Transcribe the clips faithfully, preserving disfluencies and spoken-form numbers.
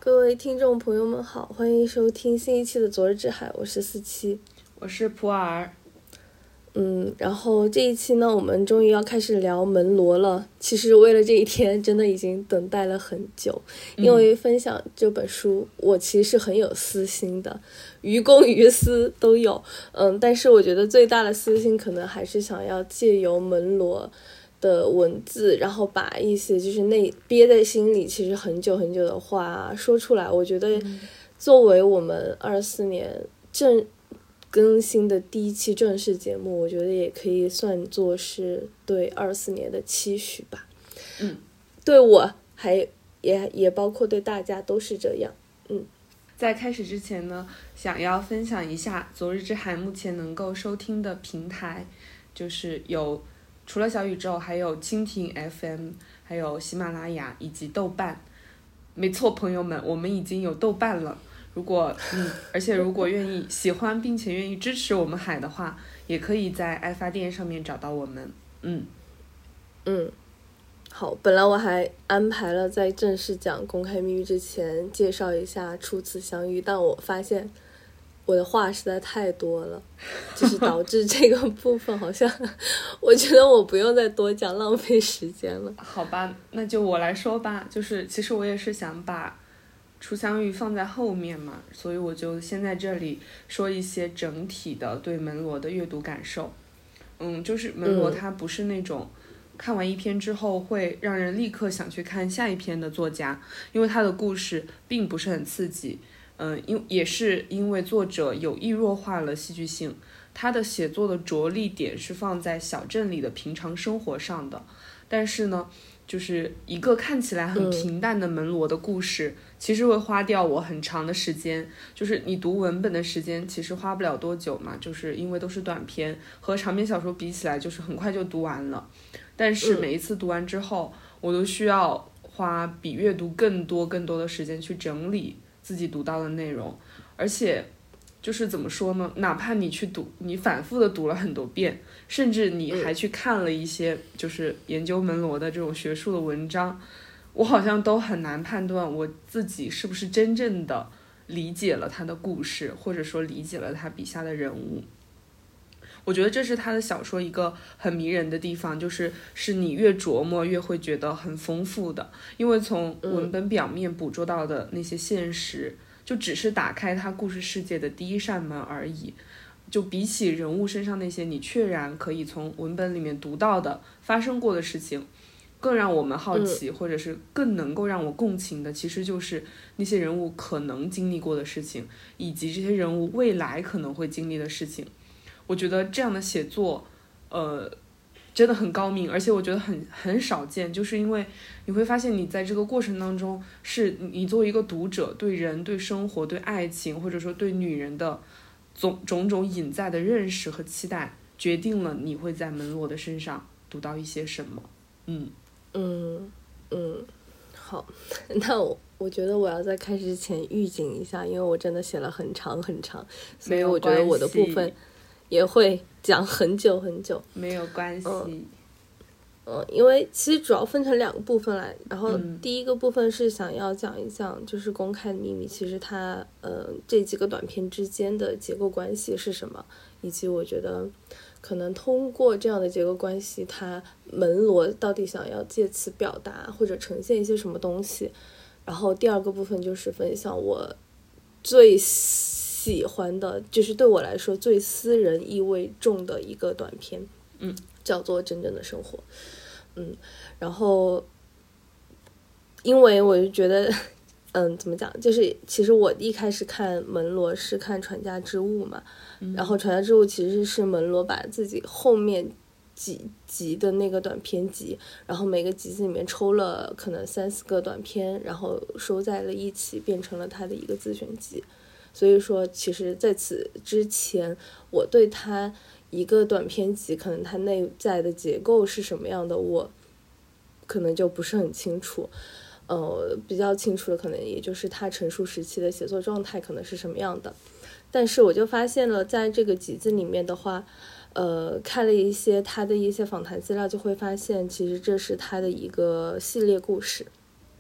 各位听众朋友们好，欢迎收听新一期的昨日之海，我是四七， 我是普洱。 嗯，然后这一期呢，我们终于要开始聊门罗了。其实为了这一天，真的已经等待了很久，因为分享这本书，我其实是很有私心的，于公于私都有。嗯，但是我觉得最大的私心可能还是想要借由门罗的文字，然后把一些就是内憋在心里其实很久很久的话说出来。我觉得作为我们二四年正更新的第一期正式节目，我觉得也可以算作是对二四年的期许吧。 嗯， 对我还也也包括对大家都是这样。嗯， 在开始之前呢，想要分享一下昨日之海目前能够收听的平台，就是有除了小宇宙，还有蜻蜓 F M， 还有喜马拉雅以及豆瓣。没错，朋友们，我们已经有豆瓣了。如果嗯，而且如果愿意喜欢并且愿意支持我们海的话，也可以在爱发电上面找到我们。嗯嗯，好，本来我还安排了在正式讲公开秘密之前介绍一下初次相遇，但我发现我的话实在太多了，就是导致这个部分好像我觉得我不用再多讲，浪费时间了。 好吧，那就我来说吧。就是其实我也是想把初相遇放在后面嘛，所以我就先在这里说一些整体的对门罗的阅读感受。嗯，就是门罗他不是那种看完一篇之后会让人立刻想去看下一篇的作家，因为他的故事并不是很刺激。嗯，因也是因为作者有意弱化了戏剧性，他的写作的着力点是放在小镇里的平常生活上的。但是呢，就是一个看起来很平淡的门罗的故事，嗯，其实会花掉我很长的时间。就是你读文本的时间其实花不了多久嘛，就是因为都是短篇，和长篇小说比起来就是很快就读完了。但是每一次读完之后，嗯，我都需要花比阅读更多更多的时间去整理自己读到的内容。而且就是怎么说呢，哪怕你去读，你反复的读了很多遍，甚至你还去看了一些就是研究门罗的这种学术的文章，我好像都很难判断我自己是不是真正的理解了他的故事，或者说理解了他笔下的人物。我觉得这是他的小说一个很迷人的地方，就是是你越琢磨越会觉得很丰富的。因为从文本表面捕捉到的那些现实，就只是打开他故事世界的第一扇门而已。就比起人物身上那些你确然可以从文本里面读到的发生过的事情，更让我们好奇，或者是更能够让我共情的，其实就是那些人物可能经历过的事情，以及这些人物未来可能会经历的事情。我觉得这样的写作呃，真的很高明，而且我觉得很很少见，就是因为你会发现你在这个过程当中，是你作为一个读者对人对生活对爱情或者说对女人的种种种隐在的认识和期待，决定了你会在门罗的身上读到一些什么。嗯嗯嗯，好，那我我觉得我要在开始之前预警一下，因为我真的写了很长很长，所以我觉得我的部分也会讲很久很久。 没有关系。 嗯，嗯，因为其实主要分成两个部分来，然后第一个部分是想要讲一讲就是公开的秘密，其实它呃这几个短片之间的结构关系是什么，以及我觉得可能通过这样的结构关系，它门罗到底想要借此表达或者呈现一些什么东西。然后第二个部分就是分享我最喜欢的，就是对我来说最私人意味重的一个短片， 嗯， 叫做《真正的生活》。嗯，然后因为我就觉得嗯，怎么讲，就是其实我一开始看门罗是看《传家之物》嘛，嗯，然后《传家之物》其实是门罗把自己后面几集的那个短篇集，然后每个集子里面抽了可能三四个短片，然后收在了一起，变成了他的一个自选集。所以说其实在此之前我对他一个短篇集可能它内在的结构是什么样的，我可能就不是很清楚。呃，比较清楚的可能也就是他成熟时期的写作状态可能是什么样的。但是我就发现了在这个集子里面的话，呃，看了一些他的一些访谈资料，就会发现其实这是他的一个系列故事。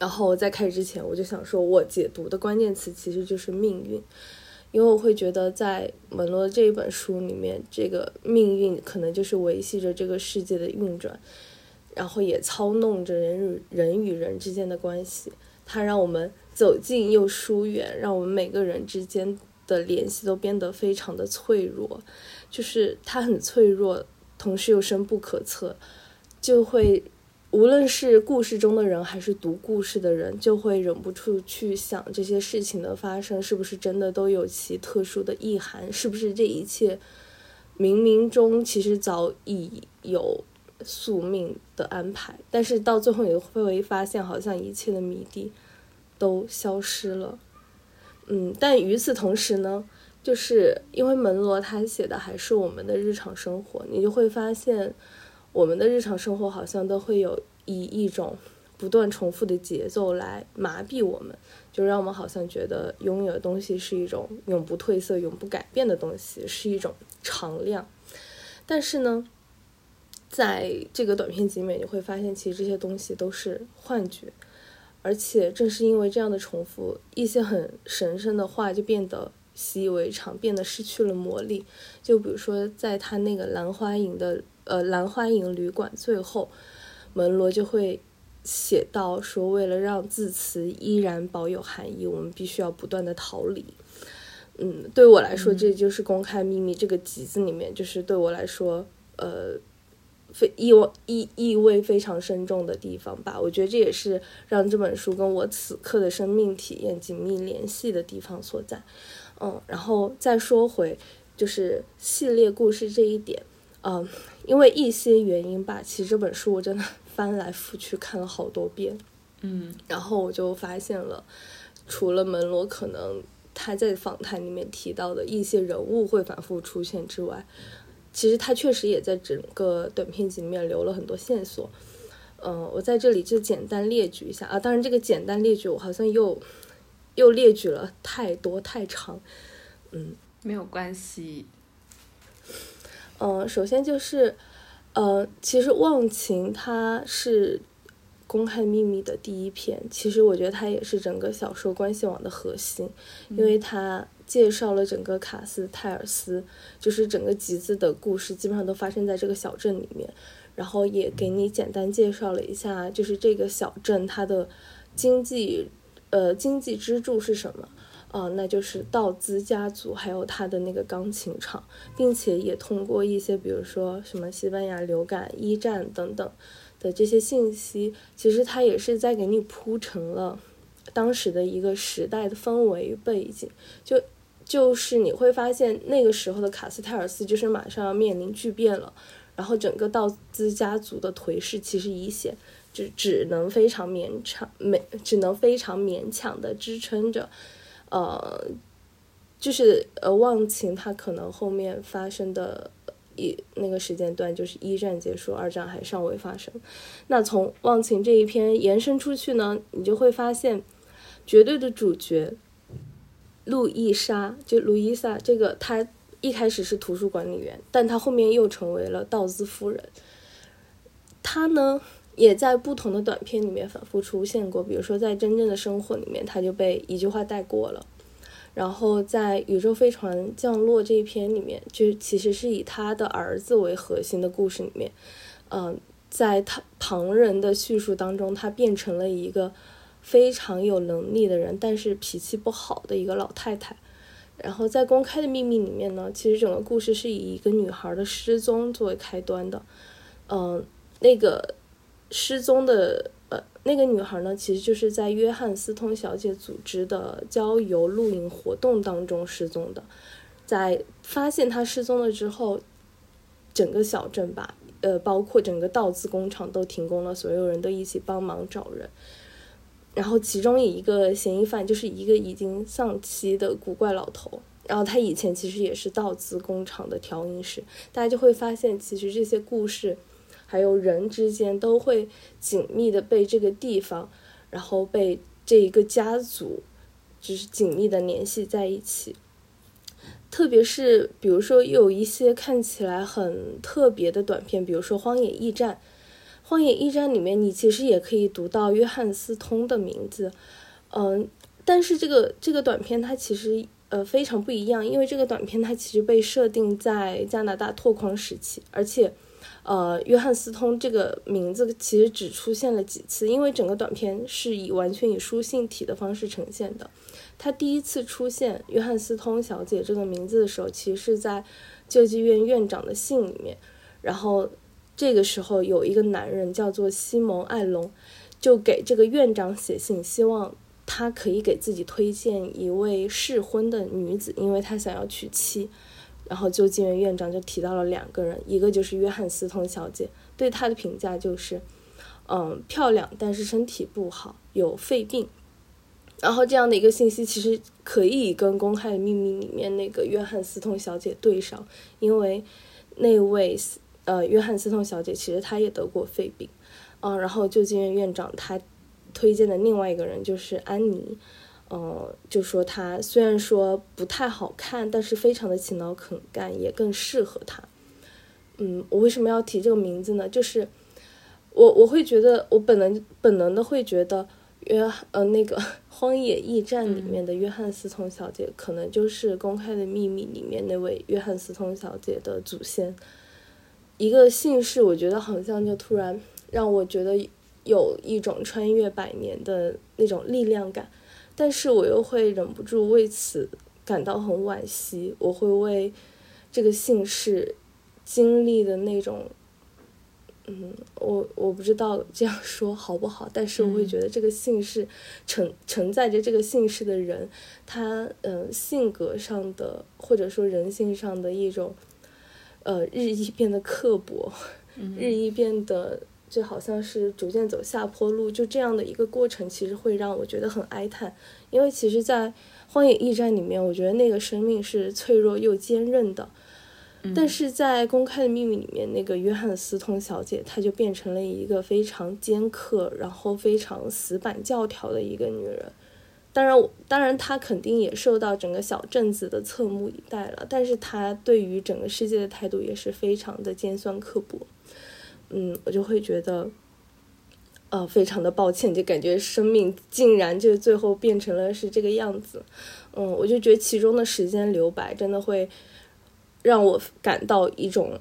然后在开始之前，我就想说，我解读的关键词其实就是命运，因为我会觉得在门罗这一本书里面，这个命运可能就是维系着这个世界的运转，然后也操弄着人与人与人之间的关系，它让我们走近又疏远，让我们每个人之间的联系都变得非常的脆弱，就是它很脆弱，同时又深不可测，就会无论是故事中的人还是读故事的人，就会忍不住去想这些事情的发生是不是真的都有其特殊的意涵，是不是这一切冥冥中其实早已有宿命的安排，但是到最后你会发现好像一切的谜底都消失了。嗯，但与此同时呢，就是因为门罗他写的还是我们的日常生活，你就会发现我们的日常生活好像都会有以一种不断重复的节奏来麻痹我们，就让我们好像觉得拥有的东西是一种永不褪色永不改变的东西，是一种常量。但是呢，在这个短篇集里面你会发现其实这些东西都是幻觉，而且正是因为这样的重复，一些很神圣的话就变得习以为常，变得失去了魔力。就比如说在他那个兰花营的呃兰花营旅馆最后，门罗就会写到说，为了让字词依然保有含义，我们必须要不断的逃离。嗯，对我来说，这就是公开秘密这个集子里面，就是对我来说呃非意意意味非常深重的地方吧。我觉得这也是让这本书跟我此刻的生命体验紧密联系的地方所在。嗯，然后再说回就是系列故事这一点，嗯，因为一些原因吧，其实这本书我真的翻来覆去看了好多遍。 嗯， 然后我就发现了，除了门罗可能他在访谈里面提到的一些人物会反复出现之外，其实他确实也在整个短篇集里面留了很多线索。嗯、呃，我在这里就简单列举一下啊，当然这个简单列举我好像又又列举了太多太长。嗯， 没有关系。 嗯、呃，首先就是呃，其实忘情它是公开秘密的第一篇，其实我觉得它也是整个小说关系网的核心，因为它介绍了整个卡斯泰尔斯，就是整个集子的故事基本上都发生在这个小镇里面，然后也给你简单介绍了一下就是这个小镇它的经济呃经济支柱是什么啊、呃，那就是道兹家族还有他的那个钢琴厂，并且也通过一些比如说什么西班牙流感一战等等的这些信息，其实它也是在给你铺成了当时的一个时代的氛围背景，就就是你会发现那个时候的卡斯泰尔斯就是马上要面临巨变了，然后整个道兹家族的颓势其实已显，只只能非常勉强没只能非常勉强的支撑着，呃，就是呃忘情它可能后面发生的一那个时间段就是一战结束，二战还尚未发生。那从忘情这一篇延伸出去呢，你就会发现绝对的主角路易莎，就路易莎这个，她一开始是图书管理员，但她后面又成为了道兹夫人。她呢也在不同的短片里面反复出现过，比如说在真正的生活里面她就被一句话带过了，然后在宇宙飞船降落这一篇里面，就其实是以他的儿子为核心的故事里面，嗯、呃，在他旁人的叙述当中，他变成了一个非常有能力的人，但是脾气不好的一个老太太。然后在公开的秘密里面呢，其实整个故事是以一个女孩的失踪作为开端的。嗯、呃，那个失踪的呃那个女孩呢，其实就是在约翰斯通小姐组织的郊游露营活动当中失踪的。在发现她失踪了之后，整个小镇吧，呃，包括整个道兹工厂都停工了，所有人都一起帮忙找人。然后其中一个嫌疑犯就是一个已经丧妻的古怪老头，然后他以前其实也是道兹工厂的调音师。大家就会发现其实这些故事还有人之间都会紧密的被这个地方，然后被这一个家族就是紧密的联系在一起。特别是比如说有一些看起来很特别的短片，比如说荒野驿站， 荒野驿站里面你其实也可以读到约翰斯通的名字，嗯，但是这个这个短片它其实呃非常不一样，因为这个短片它其实被设定在加拿大拓荒时期，而且呃约翰斯通这个名字其实只出现了几次，因为整个短片是以完全以书信体的方式呈现的。他第一次出现约翰斯通小姐这个名字的时候，其实是在救济院院长的信里面，然后这个时候有一个男人叫做西蒙·艾隆，就给这个院长写信，希望他可以给自己推荐一位适婚的女子，因为他想要娶妻。然后救济院院长就提到了两个人，一个就是约翰斯通小姐，对她的评价就是嗯，漂亮但是身体不好，有肺病。然后这样的一个信息其实可以跟公开的秘密里面那个约翰斯通小姐对上，因为那位呃约翰斯通小姐其实她也得过肺病，嗯，然后救济院院长他推荐的另外一个人就是安妮，呃，就说她虽然说不太好看，但是非常的勤劳肯干，也更适合她。嗯，我为什么要提这个名字呢？就是我我会觉得，我本能本能的会觉得约呃那个荒野驿站里面的约翰斯通小姐，可能就是公开的秘密里面那位约翰斯通小姐的祖先。一个姓氏，我觉得好像就突然让我觉得有一种穿越百年的那种力量感，但是我又会忍不住为此感到很惋惜。我会为这个姓氏经历的那种嗯，我我不知道这样说好不好，但是我会觉得这个姓氏承承载着这个姓氏的人，他呃性格上的或者说人性上的一种呃日益变得刻薄，日益变得就好像是逐渐走下坡路，就这样的一个过程，其实会让我觉得很哀叹。因为其实在荒野驿站里面，我觉得那个生命是脆弱又坚韧的，但是在公开的秘密里面，那个约翰斯通小姐她就变成了一个非常尖刻然后非常死板教条的一个女人。当然当然她肯定也受到整个小镇子的侧目以待了，但是她对于整个世界的态度也是非常的尖酸刻薄。嗯，我就会觉得呃，非常的抱歉，就感觉生命竟然就最后变成了是这个样子。嗯，我就觉得其中的时间留白真的会让我感到一种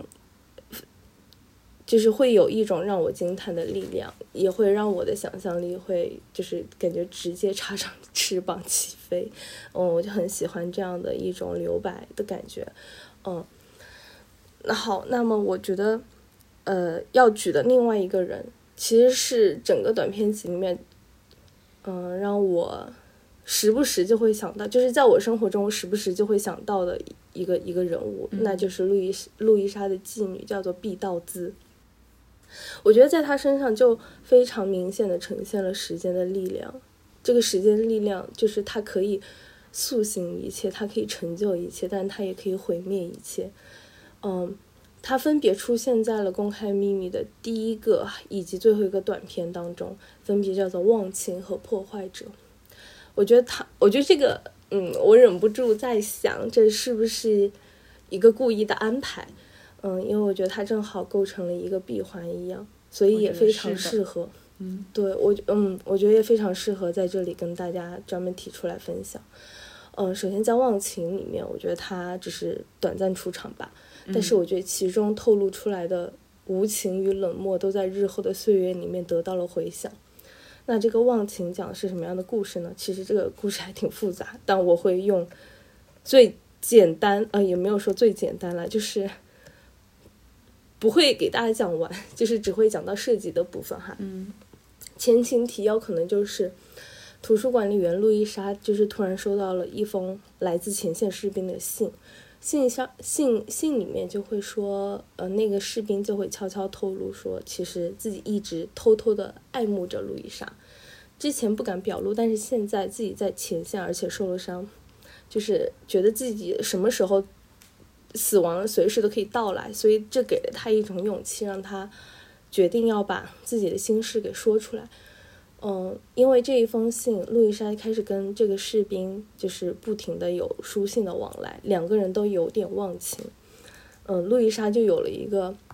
就是会有一种让我惊叹的力量，也会让我的想象力会就是感觉直接插上翅膀起飞。嗯，我就很喜欢这样的一种留白的感觉。嗯，那好，那么我觉得呃要举的另外一个人其实是整个短片集里面嗯、呃、让我时不时就会想到，就是在我生活中时不时就会想到的一个一个人物， 嗯、 那就是路易路易莎的妓女，叫做毕道兹。我觉得在她身上就非常明显的呈现了时间的力量。这个时间的力量就是它可以塑形一切，它可以成就一切，但它也可以毁灭一切。嗯，它分别出现在了公开秘密的第一个以及最后一个短片当中，分别叫做忘情和破坏者。我觉得他，我觉得这个，嗯，我忍不住在想，这是不是一个故意的安排？嗯，因为我觉得它正好构成了一个闭环一样，所以也非常适合。 嗯， 对我，嗯，我觉得也非常适合在这里跟大家专门提出来分享。嗯，首先在忘情里面，我觉得它只是短暂出场吧， 嗯、 但是我觉得其中透露出来的无情与冷漠，都在日后的岁月里面得到了回响。那这个忘情讲的是什么样的故事呢？其实这个故事还挺复杂，但我会用最简单呃，也没有说最简单了，就是不会给大家讲完，就是只会讲到涉及的部分哈。 嗯， 前情提要可能就是图书管理员路易莎就是突然收到了一封来自前线士兵的信，信上信信里面就会说，呃，那个士兵就会悄悄透露说，其实自己一直偷偷的爱慕着路易莎，之前不敢表露，但是现在自己在前线而且受了伤，就是觉得自己什么时候死亡随时都可以到来，所以这给了他一种勇气，让他决定要把自己的心事给说出来。嗯，因为这一封信，路易莎开始跟这个士兵就是不停的有书信的往来，两个人都有点忘情。嗯，路易莎就有了一个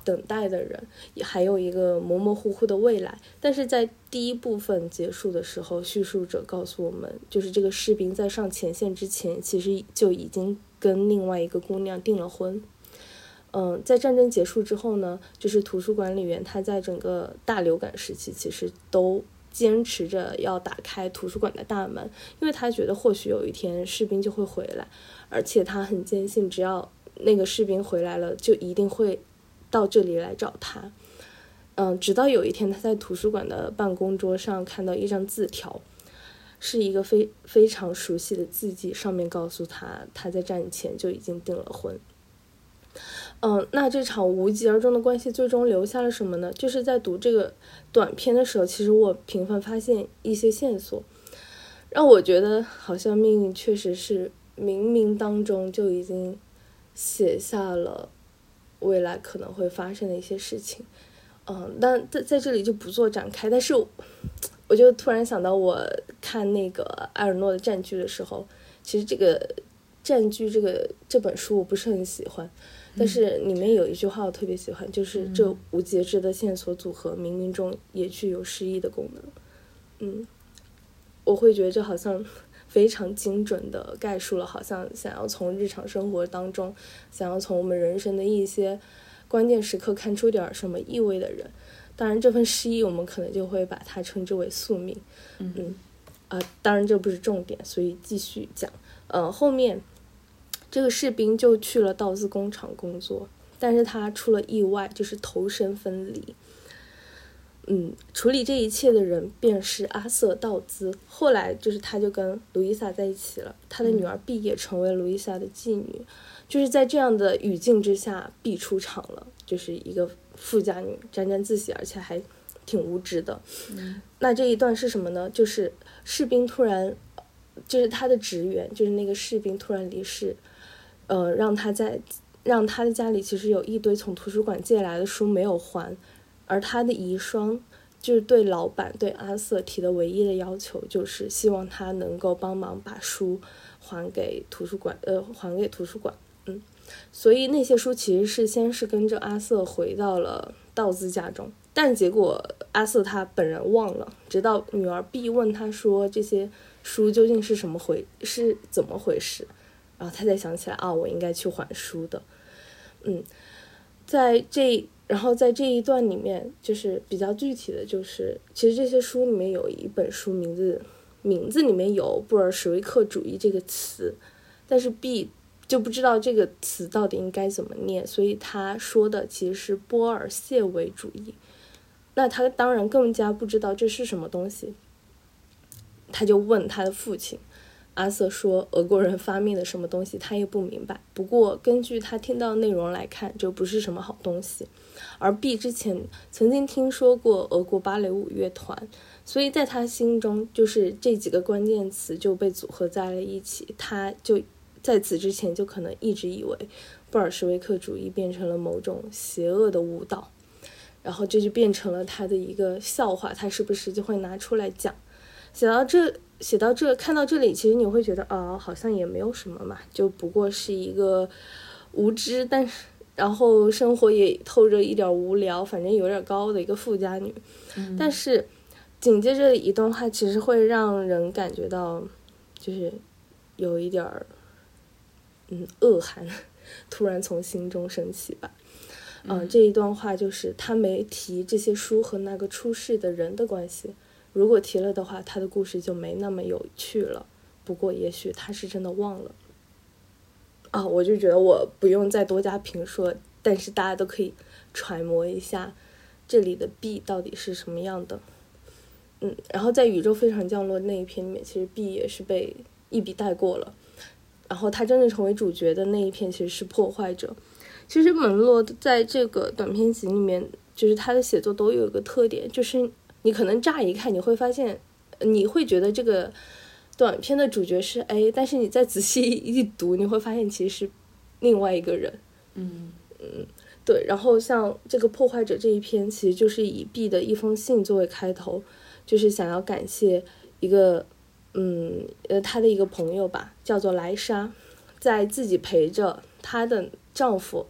等待的人，也还有一个模模糊糊的未来。但是在第一部分结束的时候，叙述者告诉我们，就是这个士兵在上前线之前，其实就已经跟另外一个姑娘订了婚。嗯，在战争结束之后呢，就是图书管理员他在整个大流感时期，其实都坚持着要打开图书馆的大门，因为他觉得或许有一天士兵就会回来，而且他很坚信，只要那个士兵回来了，就一定会到这里来找他。嗯，直到有一天他在图书馆的办公桌上看到一张字条，是一个非非常熟悉的字迹，上面告诉他他在战前就已经订了婚。嗯，那这场无疾而终的关系最终留下了什么呢？就是在读这个短篇的时候，其实我频繁发现一些线索，让我觉得好像命运确实是冥冥当中就已经写下了未来可能会发生的一些事情。嗯，但在在这里就不做展开，但是我就突然想到，我看那个埃尔诺的《战句》的时候，其实这个《战句》这个这本书我不是很喜欢，但是里面有一句话我特别喜欢，就是这无节制的线索组合，冥冥中也具有诗意的功能。嗯，我会觉得这好像非常精准的概述了，好像想要从日常生活当中，想要从我们人生的一些关键时刻看出点什么意味的人，当然这份诗意我们可能就会把它称之为宿命。 嗯嗯啊、呃，当然这不是重点，所以继续讲。呃，后面这个士兵就去了道兹工厂工作，但是他出了意外，就是头身分离。嗯，处理这一切的人便是阿瑟·道兹。后来就是他就跟路易莎在一起了，他的女儿碧也成为路易莎的妓女。就是在这样的语境之下，碧出场了，就是一个富家女，沾沾自喜，而且还挺无知的。 嗯， 那这一段是什么呢？就是士兵突然，就是他的职员，就是那个士兵突然离世，呃，让他在让他的家里其实有一堆从图书馆借来的书没有还。而他的遗孀就是对老板对阿瑟提的唯一的要求，就是希望他能够帮忙把书还给图书馆，呃，还给图书馆。嗯，所以那些书其实是先是跟着阿瑟回到了道兹家中，但结果阿瑟他本人忘了，直到女儿碧问他说这些书究竟是什么回是怎么回事，然后他才想起来啊，我应该去还书的。嗯，在这。然后在这一段里面，就是比较具体的就是，其实这些书里面有一本书名字名字里面有布尔什维克主义这个词，但是 B 就不知道这个词到底应该怎么念，所以他说的其实是波尔谢维主义。那他当然更加不知道这是什么东西，他就问他的父亲。阿瑟说俄国人发明的什么东西他也不明白，不过根据他听到的内容来看，就不是什么好东西。而 B 之前曾经听说过俄国芭蕾舞乐团，所以在他心中就是这几个关键词就被组合在了一起，他就在此之前就可能一直以为布尔什维克主义变成了某种邪恶的舞蹈，然后这就变成了他的一个笑话，他时不时就会拿出来讲。写到这写到这看到这里，其实你会觉得啊、哦，好像也没有什么嘛，就不过是一个无知，但是然后生活也透着一点无聊，反正有点高的一个富家女。 嗯， 但是紧接着一段话其实会让人感觉到就是有一点嗯恶寒突然从心中升起吧。嗯、呃，这一段话就是他没提这些书和那个出世的人的关系，如果提了的话，他的故事就没那么有趣了。不过也许他是真的忘了啊，我就觉得我不用再多加评说，但是大家都可以揣摩一下这里的 B 到底是什么样的。嗯，然后在宇宙非常降落那一篇里面，其实 B 也是被一笔带过了，然后他真正成为主角的那一篇其实是破坏者。其实门罗在这个短篇集里面，就是他的写作都有一个特点，就是你可能乍一看你会发现，你会觉得这个短篇的主角是 A， 但是你再仔细一读，你会发现其实是另外一个人。 嗯嗯，对。然后像这个破坏者这一篇，其实就是以 B 的一封信作为开头，就是想要感谢一个嗯呃他的一个朋友吧，叫做莱莎，在自己陪着她的丈夫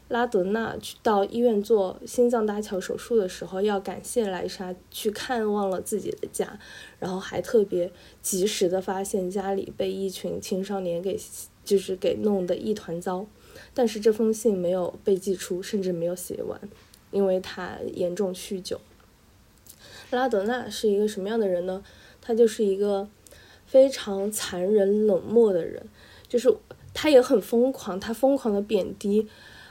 拉德纳去到医院做心脏搭桥手术的时候，要感谢莱莎去看望了自己的家，然后还特别及时的发现家里被一群青少年给就是给弄得一团糟，但是这封信没有被寄出，甚至没有写完，因为他严重酗酒。拉德纳是一个什么样的人呢？他就是一个非常残忍冷漠的人，就是他也很疯狂，他疯狂的贬低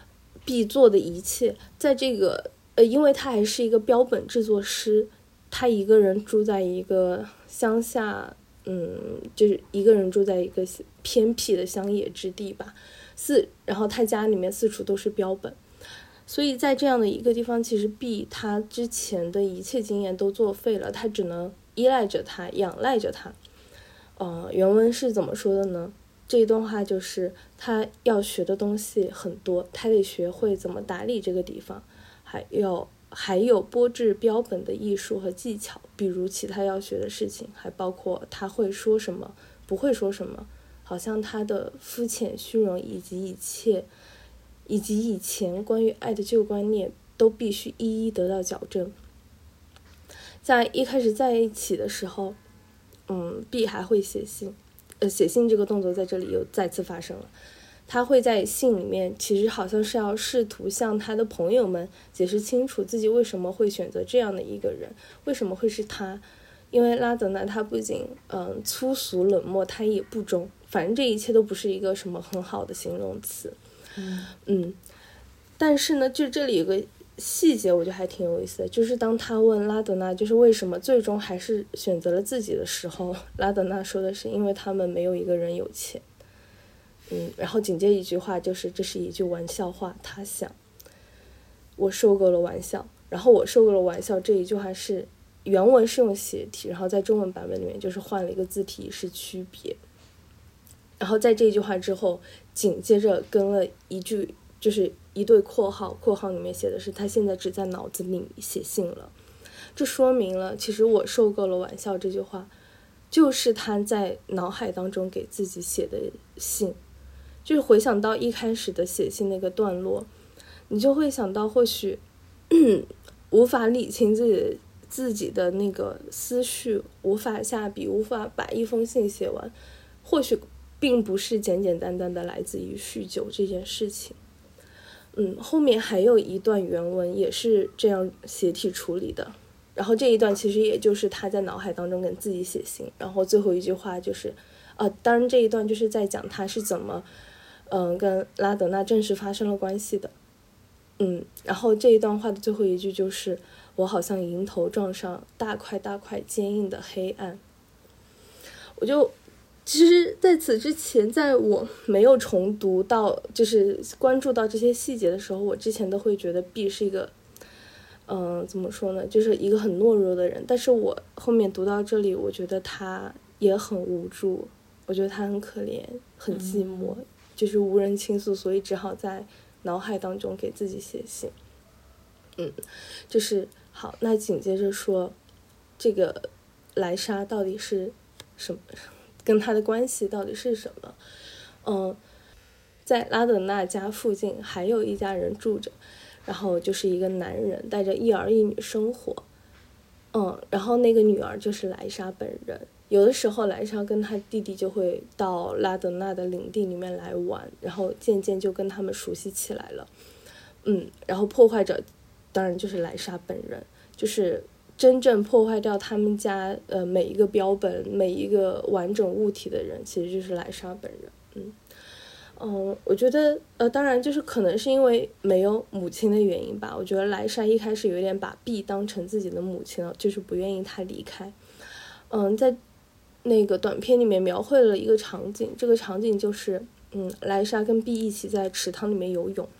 B做的一切。在这个呃，因为他还是一个标本制作师，他一个人住在一个乡下，嗯，就是一个人住在一个偏僻的乡野之地吧，四，然后他家里面四处都是标本。所以在这样的一个地方，其实 B 他之前的一切经验都作废了，他只能依赖着他，仰赖着他。呃，原文是怎么说的呢？这一段话就是他要学的东西很多，他得学会怎么打理这个地方，还要还有剥制标本的艺术和技巧，比如其他要学的事情，还包括他会说什么，不会说什么，好像他的肤浅、虚荣以及一切。以及以前关于爱的旧观念都必须一一得到矫正。在一开始在一起的时候，嗯 ，B 还会写信，呃，写信这个动作在这里又再次发生了。他会在信里面，其实好像是要试图向他的朋友们解释清楚自己为什么会选择这样的一个人，为什么会是他。因为拉德纳他不仅嗯粗俗冷漠，他也不忠，反正这一切都不是一个什么很好的形容词。 嗯嗯，但是呢，就这里有个细节，我觉得还挺有意思的，就是当他问拉德纳就是为什么最终还是选择了自己的时候，拉德纳说的是因为他们没有一个人有钱。嗯，然后紧接一句话就是这是一句玩笑话，他想我受够了玩笑，然后我受够了玩笑这一句话是原文是用斜体，然后在中文版本里面就是换了一个字体是区别。然后在这句话之后紧接着跟了一句就是一对括号，括号里面写的是他现在只在脑子里写信了。这说明了其实我受够了玩笑这句话就是他在脑海当中给自己写的信。就是回想到一开始的写信那个段落，你就会想到或许无法理清自己的自己的那个思绪，无法下笔，无法把一封信写完，或许并不是简简单单的来自于酗酒这件事情。嗯，后面还有一段原文也是这样写体处理的，然后这一段其实也就是他在脑海当中跟自己写信，然后最后一句话就是呃，当然这一段就是在讲他是怎么嗯、呃、跟拉德纳正式发生了关系的。嗯，然后这一段话的最后一句就是我好像迎头撞上大块大块坚硬的黑暗。我就其实在此之前，在我没有重读到就是关注到这些细节的时候，我之前都会觉得 B 是一个嗯、呃，怎么说呢，就是一个很懦弱的人。但是我后面读到这里，我觉得他也很无助，我觉得他很可怜，很寂寞、嗯、就是无人倾诉，所以只好在脑海当中给自己写信。嗯，就是好，那紧接着说这个莱莎到底是什么，跟他的关系到底是什么。嗯，在拉德纳家附近还有一家人住着，然后就是一个男人带着一儿一女生活。嗯，然后那个女儿就是莱莎本人。有的时候莱莎跟他弟弟就会到拉德纳的领地里面来玩，然后渐渐就跟他们熟悉起来了。嗯，然后破坏者当然就是莱莎本人，就是真正破坏掉他们家呃每一个标本每一个完整物体的人其实就是莱莎本人。嗯嗯，我觉得呃当然就是可能是因为没有母亲的原因吧，我觉得莱莎一开始有点把 B 当成自己的母亲了，就是不愿意他离开。嗯，在那个短片里面描绘了一个场景，这个场景就是嗯莱莎跟 B 一起在池塘里面游泳，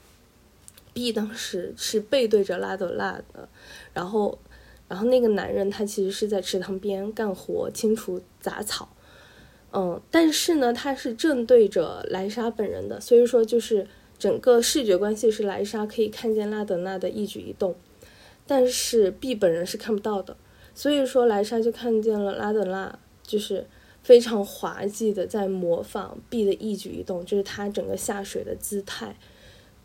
B 当时是背对着拉德纳的，然后然后那个男人他其实是在池塘边干活清除杂草。嗯，但是呢他是正对着莱莎本人的，所以说就是整个视觉关系是莱莎可以看见拉德纳的一举一动，但是 B 本人是看不到的，所以说莱莎就看见了拉德纳就是非常滑稽的在模仿 B 的一举一动，就是他整个下水的姿态，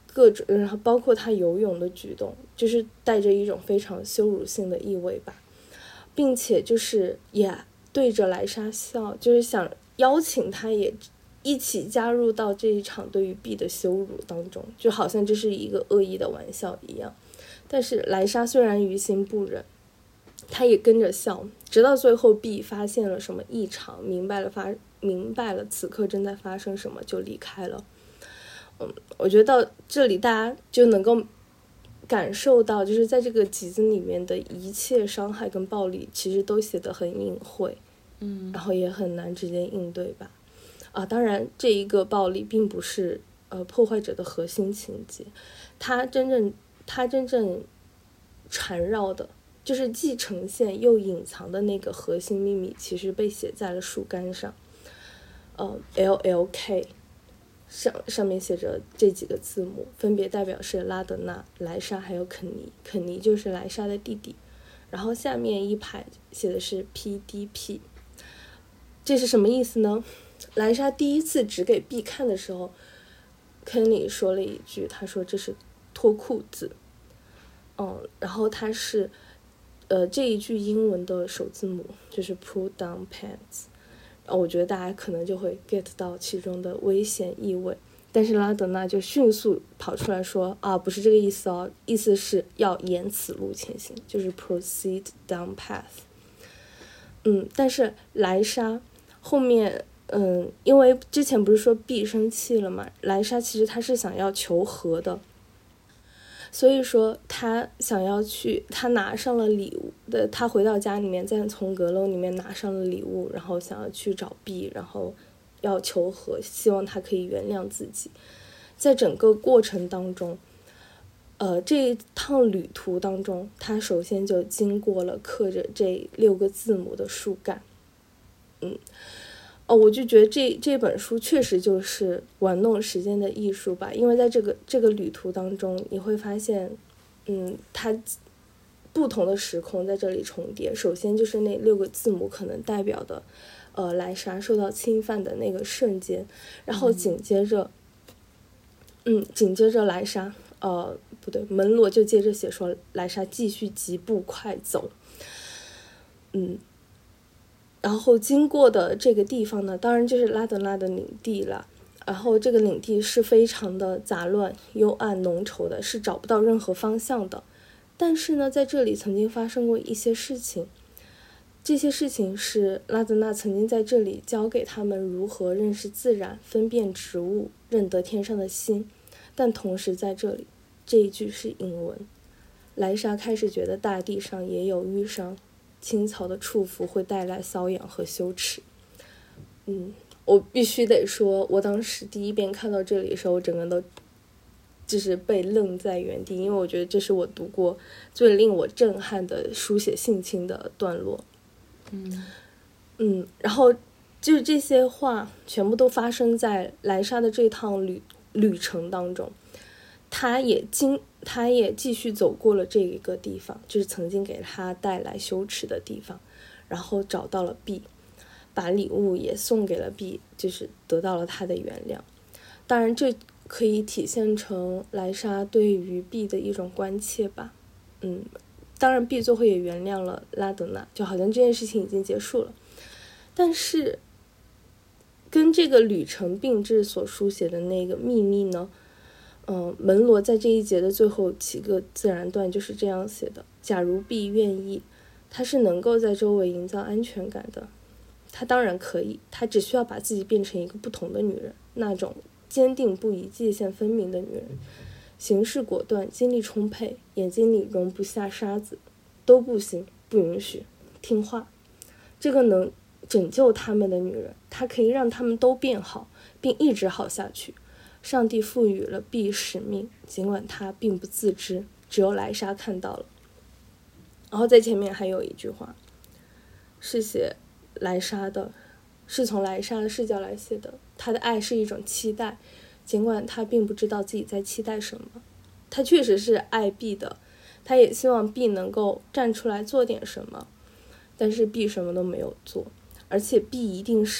各种，然后包括他游泳的举动，就是带着一种非常羞辱性的意味吧，并且就是也对着莱莎笑，就是想邀请他也一起加入到这一场对于 B 的羞辱当中，就好像这是一个恶意的玩笑一样。但是莱莎虽然于心不忍，他也跟着笑，直到最后 B 发现了什么异常，明白了发明白了此刻正在发生什么，就离开了。嗯，我觉得到这里大家就能够感受到，就是在这个集子里面的一切伤害跟暴力其实都写得很隐晦， 嗯， 然后也很难直接应对吧。啊，当然这一个暴力并不是呃破坏者的核心情节，它真正它真正缠绕的就是既呈现又隐藏的那个核心秘密，其实被写在了树干上，呃 L L K 上上面写着这几个字母，分别代表是拉德纳、莱莎还有肯尼，肯尼就是莱莎的弟弟，然后下面一排写的是 P D P， 这是什么意思呢？莱莎第一次指给 B 看的时候，肯尼说了一句，他说这是脱裤子，嗯，然后他是呃这一句英文的首字母就是 pull down pants， 然后我觉得大家可能就会 get 到其中的危险意味，但是拉德纳就迅速跑出来说啊，不是这个意思哦，意思是要沿此路前行，就是 proceed down path。 嗯，但是莱莎后面嗯，因为之前不是说 B 生气了嘛，莱莎其实她是想要求和的，所以说他想要去，他拿上了礼物的，他回到家里面，再从阁楼里面拿上了礼物，然后想要去找 B， 然后要求和，希望他可以原谅自己。在整个过程当中，呃，这一趟旅途当中，他首先就经过了刻着这六个字母的树干，嗯。哦，我就觉得这这本书确实就是玩弄时间的艺术吧，因为在这个这个旅途当中，你会发现，嗯，它不同的时空在这里重叠。首先就是那六个字母可能代表的，呃，莱莎受到侵犯的那个瞬间，然后紧接着，嗯，紧接着莱莎，呃，不对，门罗就接着写说，莱莎继续疾步快走，嗯。然后经过的这个地方呢，当然就是拉德纳的领地了。然后这个领地是非常的杂乱、幽暗、浓稠的，是找不到任何方向的。但是呢，在这里曾经发生过一些事情，这些事情是拉德纳曾经在这里教给他们如何认识自然、分辨植物、认得天上的星。但同时在这里，这一句是引文。莱莎开始觉得大地上也有淤伤。青草的触肤会带来瘙痒和羞耻。嗯，我必须得说，我当时第一遍看到这里的时候，我整个都就是被愣在原地，因为我觉得这是我读过最令我震撼的书写性侵的段落。 嗯嗯，然后就是这些话全部都发生在莱莎的这趟旅旅程当中，他也经。他也继续走过了这一个地方，就是曾经给他带来羞耻的地方，然后找到了 B， 把礼物也送给了 B， 就是得到了他的原谅。当然这可以体现成莱莎对于 B 的一种关切吧。嗯，当然 B 最后也原谅了拉德纳，就好像这件事情已经结束了。但是跟这个旅程并置所书写的那个秘密呢，嗯，门罗在这一节的最后几个自然段就是这样写的：假如 B 愿意，他是能够在周围营造安全感的。他当然可以，他只需要把自己变成一个不同的女人，那种坚定不移、界限分明的女人，行事果断、精力充沛，眼睛里容不下沙子，都不行，不允许，听话。这个能拯救他们的女人，她可以让他们都变好，并一直好下去。上帝赋予了 B 使命，尽管他并不自知，只有莱莎看到了。然后在前面还有一句话，是写莱莎的，是从莱莎的视角来写的。她的爱是一种期待，尽管她并不知道自己在期待什么。她确实是爱 B 的，她也希望 B 能够站出来做点什么，但是 B 什么都没有做，而且 B 一定是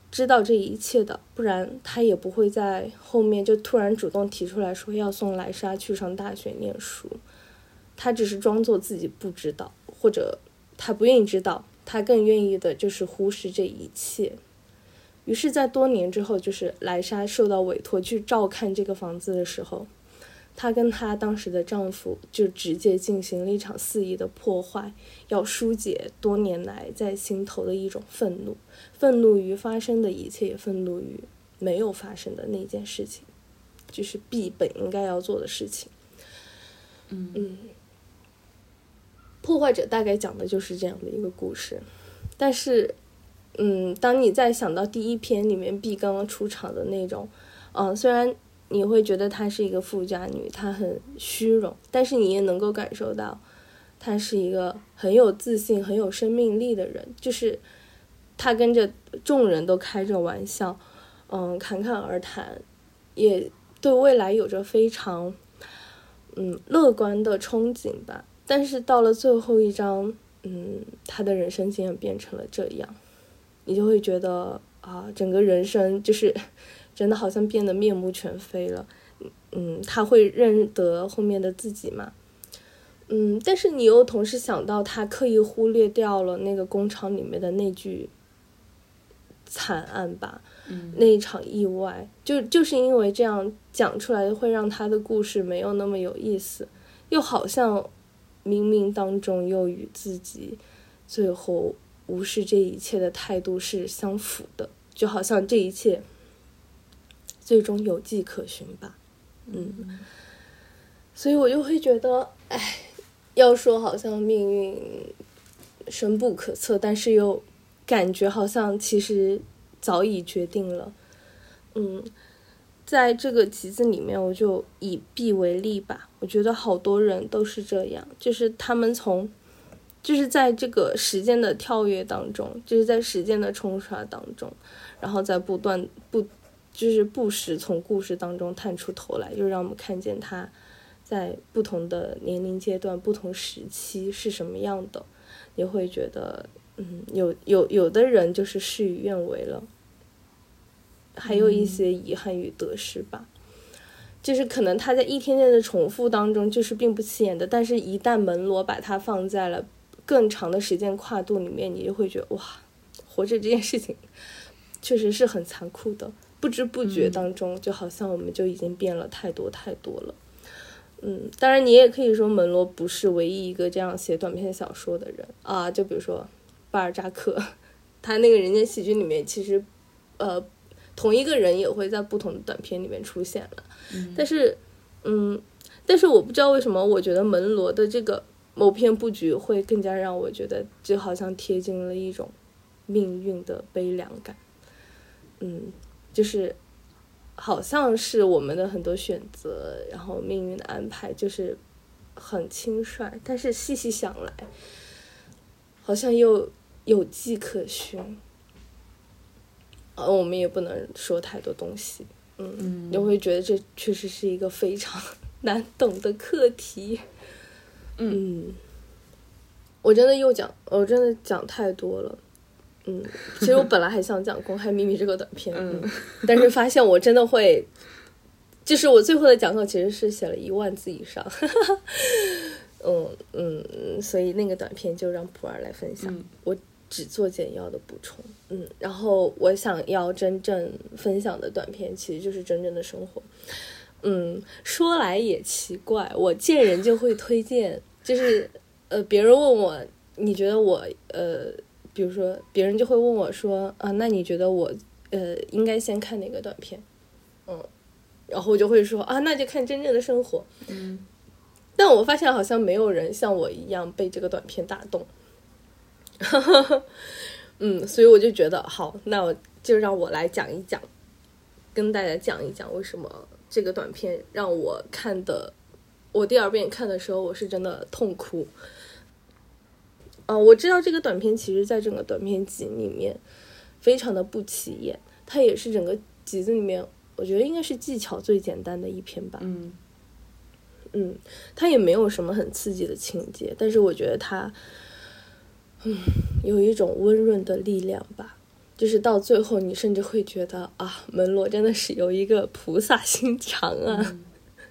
知道这一切的，不然他也不会在后面就突然主动提出来说要送莱莎去上大学念书。他只是装作自己不知道，或者他不愿意知道，他更愿意的就是忽视这一切。于是在多年之后，就是莱莎受到委托去照看这个房子的时候，她跟她当时的丈夫就直接进行了一场肆意的破坏，要疏解多年来在心头的一种愤怒，愤怒于发生的一切，也愤怒于没有发生的那件事情，就是 B 本应该要做的事情。 嗯嗯，破坏者大概讲的就是这样的一个故事。但是嗯，当你在想到第一篇里面 B 刚刚出场的那种，嗯，虽然你会觉得她是一个富家女，她很虚荣，但是你也能够感受到她是一个很有自信很有生命力的人，就是她跟着众人都开着玩笑，嗯，侃侃而谈，也对未来有着非常嗯乐观的憧憬吧。但是到了最后一章，嗯，她的人生竟然变成了这样，你就会觉得啊，整个人生就是真的好像变得面目全非了。嗯，他会认得后面的自己吗？嗯，但是你又同时想到他刻意忽略掉了那个工厂里面的那句惨案吧， 嗯， 那一场意外，就就是因为这样讲出来会让他的故事没有那么有意思，又好像冥冥当中又与自己最后无视这一切的态度是相符的，就好像这一切最终有迹可循吧。嗯，所以我就会觉得，哎，要说好像命运深不可测，但是又感觉好像其实早已决定了。嗯，在这个集子里面，我就以 B 为例吧，我觉得好多人都是这样，就是他们从就是在这个时间的跳跃当中，就是在时间的冲刷当中，然后在不断不就是不时从故事当中探出头来，就让我们看见他在不同的年龄阶段不同时期是什么样的。也会觉得嗯，有有有的人就是事与愿违了，还有一些遗憾与得失吧。嗯，就是可能他在一天天的重复当中就是并不起眼的，但是一旦门罗把它放在了更长的时间跨度里面，你就会觉得哇，活着这件事情确实是很残酷的，不知不觉当中就好像我们就已经变了太多太多了。嗯，当然你也可以说门罗不是唯一一个这样写短篇小说的人啊，就比如说巴尔扎克，他那个人间喜剧里面其实呃同一个人也会在不同的短片里面出现了。 嗯， 但是嗯但是我不知道为什么我觉得门罗的这个某篇布局会更加让我觉得就好像贴近了一种命运的悲凉感。嗯，就是好像是我们的很多选择，然后命运的安排就是很轻率，但是细细想来好像又有迹可循。呃，我们也不能说太多东西。嗯， 嗯， 你会觉得这确实是一个非常难懂的课题。 嗯， 嗯，我真的又讲，我真的讲太多了。嗯，其实我本来还想讲《公开秘密》这个短片， 嗯， 但是发现我真的会，就是我最后的讲稿其实是写了一万字以上。嗯嗯，所以那个短片就让普洱来分享， 嗯， 我只做简要的补充。嗯，然后我想要真正分享的短片其实就是真正的生活。嗯，说来也奇怪，我见人就会推荐，就是呃，别人问我你觉得我呃。比如说别人就会问我说啊，那你觉得我呃应该先看哪个短片？嗯，然后我就会说啊，那就看真正的生活。 嗯， 但我发现好像没有人像我一样被这个短片打动。嗯，所以我就觉得好，那我就让我来讲一讲，跟大家讲一讲为什么这个短片让我看的，我第二遍看的时候我是真的痛哭。啊、呃，我知道这个短片其实在整个短片集里面非常的不起眼，它也是整个集子里面我觉得应该是技巧最简单的一篇吧。 嗯嗯，它也没有什么很刺激的情节，但是我觉得它嗯有一种温润的力量吧。 就是到最后你甚至会觉得啊，门罗真的是有一个菩萨心肠啊，嗯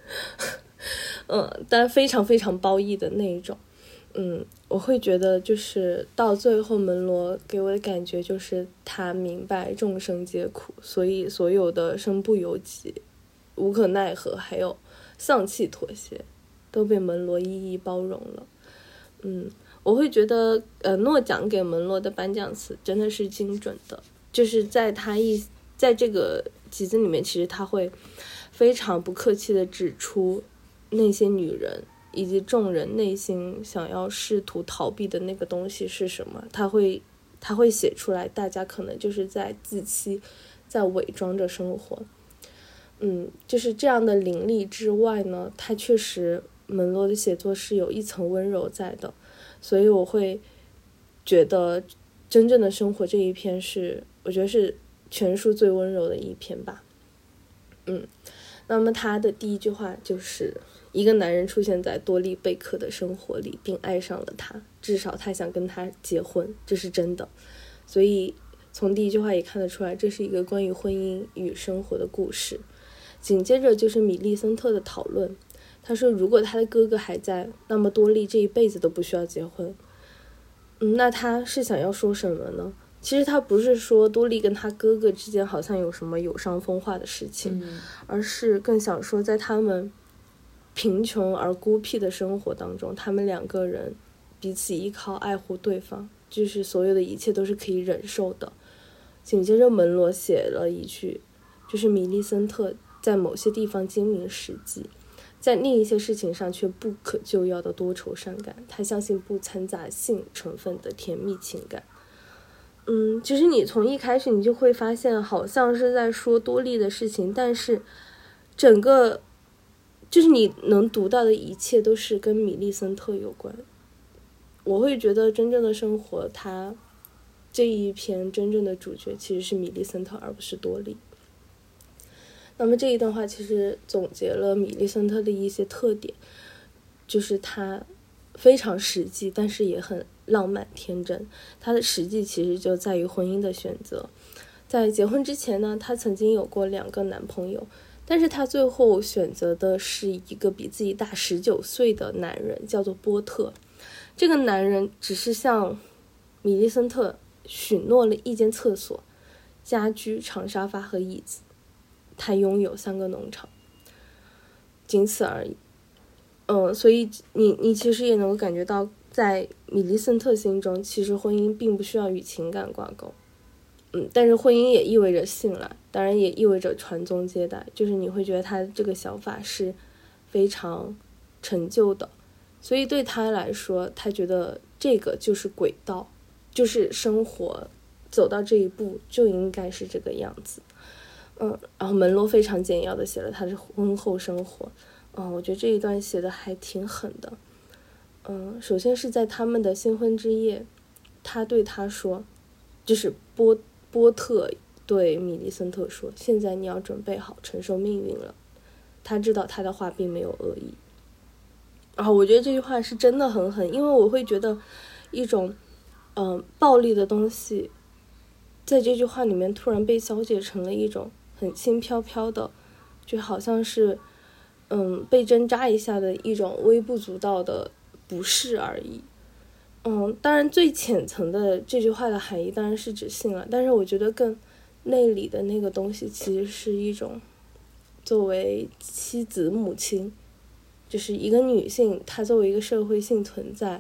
嗯，但非常非常褒义的那一种。嗯，我会觉得就是到最后门罗给我的感觉就是他明白众生皆苦，所以所有的身不由己、无可奈何还有丧气妥协都被门罗一一包容了。嗯，我会觉得呃诺奖给门罗的颁奖词真的是精准的，就是在他一在这个集子里面，其实他会非常不客气的指出那些女人以及众人内心想要试图逃避的那个东西是什么，他会他会写出来，大家可能就是在自欺，在伪装着生活。嗯，就是这样的凌厉之外呢，他确实门罗的写作是有一层温柔在的，所以我会觉得真正的生活这一篇是我觉得是全书最温柔的一篇吧。嗯，那么他的第一句话就是一个男人出现在多利贝克的生活里并爱上了他，至少他想跟他结婚，这是真的。所以从第一句话也看得出来，这是一个关于婚姻与生活的故事。紧接着就是米利森特的讨论，他说如果他的哥哥还在，那么多利这一辈子都不需要结婚。嗯，那他是想要说什么呢？其实他不是说多利跟他哥哥之间好像有什么有伤风化的事情、嗯、而是更想说在他们贫穷而孤僻的生活当中，他们两个人彼此依靠爱护对方，就是所有的一切都是可以忍受的。紧接着门罗写了一句，就是米利森特在某些地方精明实际，在另一些事情上却不可救药的多愁善感，他相信不掺杂性成分的甜蜜情感。嗯，其实你从一开始你就会发现好像是在说多利的事情，但是整个就是你能读到的一切都是跟米利森特有关。我会觉得真正的生活，它这一篇真正的主角其实是米利森特而不是多利。那么这一段话其实总结了米利森特的一些特点，就是他非常实际，但是也很浪漫天真。他的实际其实就在于婚姻的选择。在结婚之前呢，他曾经有过两个男朋友，但是他最后选择的是一个比自己大十九岁的男人，叫做波特。这个男人只是向米利森特许诺了一间厕所、家居、长沙发和椅子，他拥有三个农场，仅此而已。嗯，所以你你其实也能够感觉到，在米利森特心中，其实婚姻并不需要与情感挂钩。嗯，但是婚姻也意味着信赖，当然也意味着传宗接代，就是你会觉得他这个想法是非常陈旧的，所以对他来说，他觉得这个就是轨道，就是生活走到这一步就应该是这个样子。嗯，然后门罗非常简要的写了他的婚后生活。嗯，我觉得这一段写的还挺狠的。嗯，首先是在他们的新婚之夜，他对他说，就是波波特对米利森特说，现在你要准备好承受命运了。他知道他的话并没有恶意。然后我觉得这句话是真的很狠，因为我会觉得一种嗯、呃、暴力的东西在这句话里面突然被消解成了一种很轻飘飘的，就好像是嗯被针扎一下的一种微不足道的不适而已。嗯，当然最浅层的这句话的含义当然是指性了，但是我觉得更内里的那个东西其实是一种作为妻子母亲，就是一个女性她作为一个社会性存在，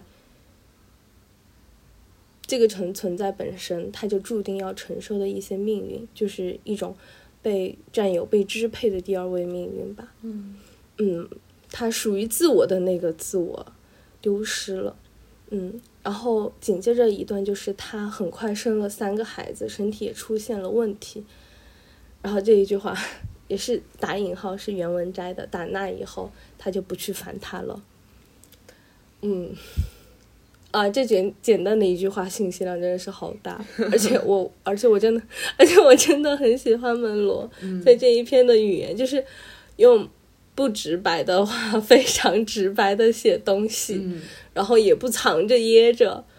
这个存存在本身她就注定要承受的一些命运，就是一种被占有被支配的第二位命运吧。 嗯嗯，她属于自我的那个自我丢失了。嗯，然后紧接着一段就是她很快生了三个孩子，身体也出现了问题。然后这一句话也是打引号，是原文摘的，打那以后他就不去烦他了。嗯，啊，这简简单的一句话信息量真的是好大，而且我而且我真的而且我真的很喜欢门罗在这一篇的语言、嗯、就是用不直白的话非常直白的写东西、嗯、然后也不藏着掖着。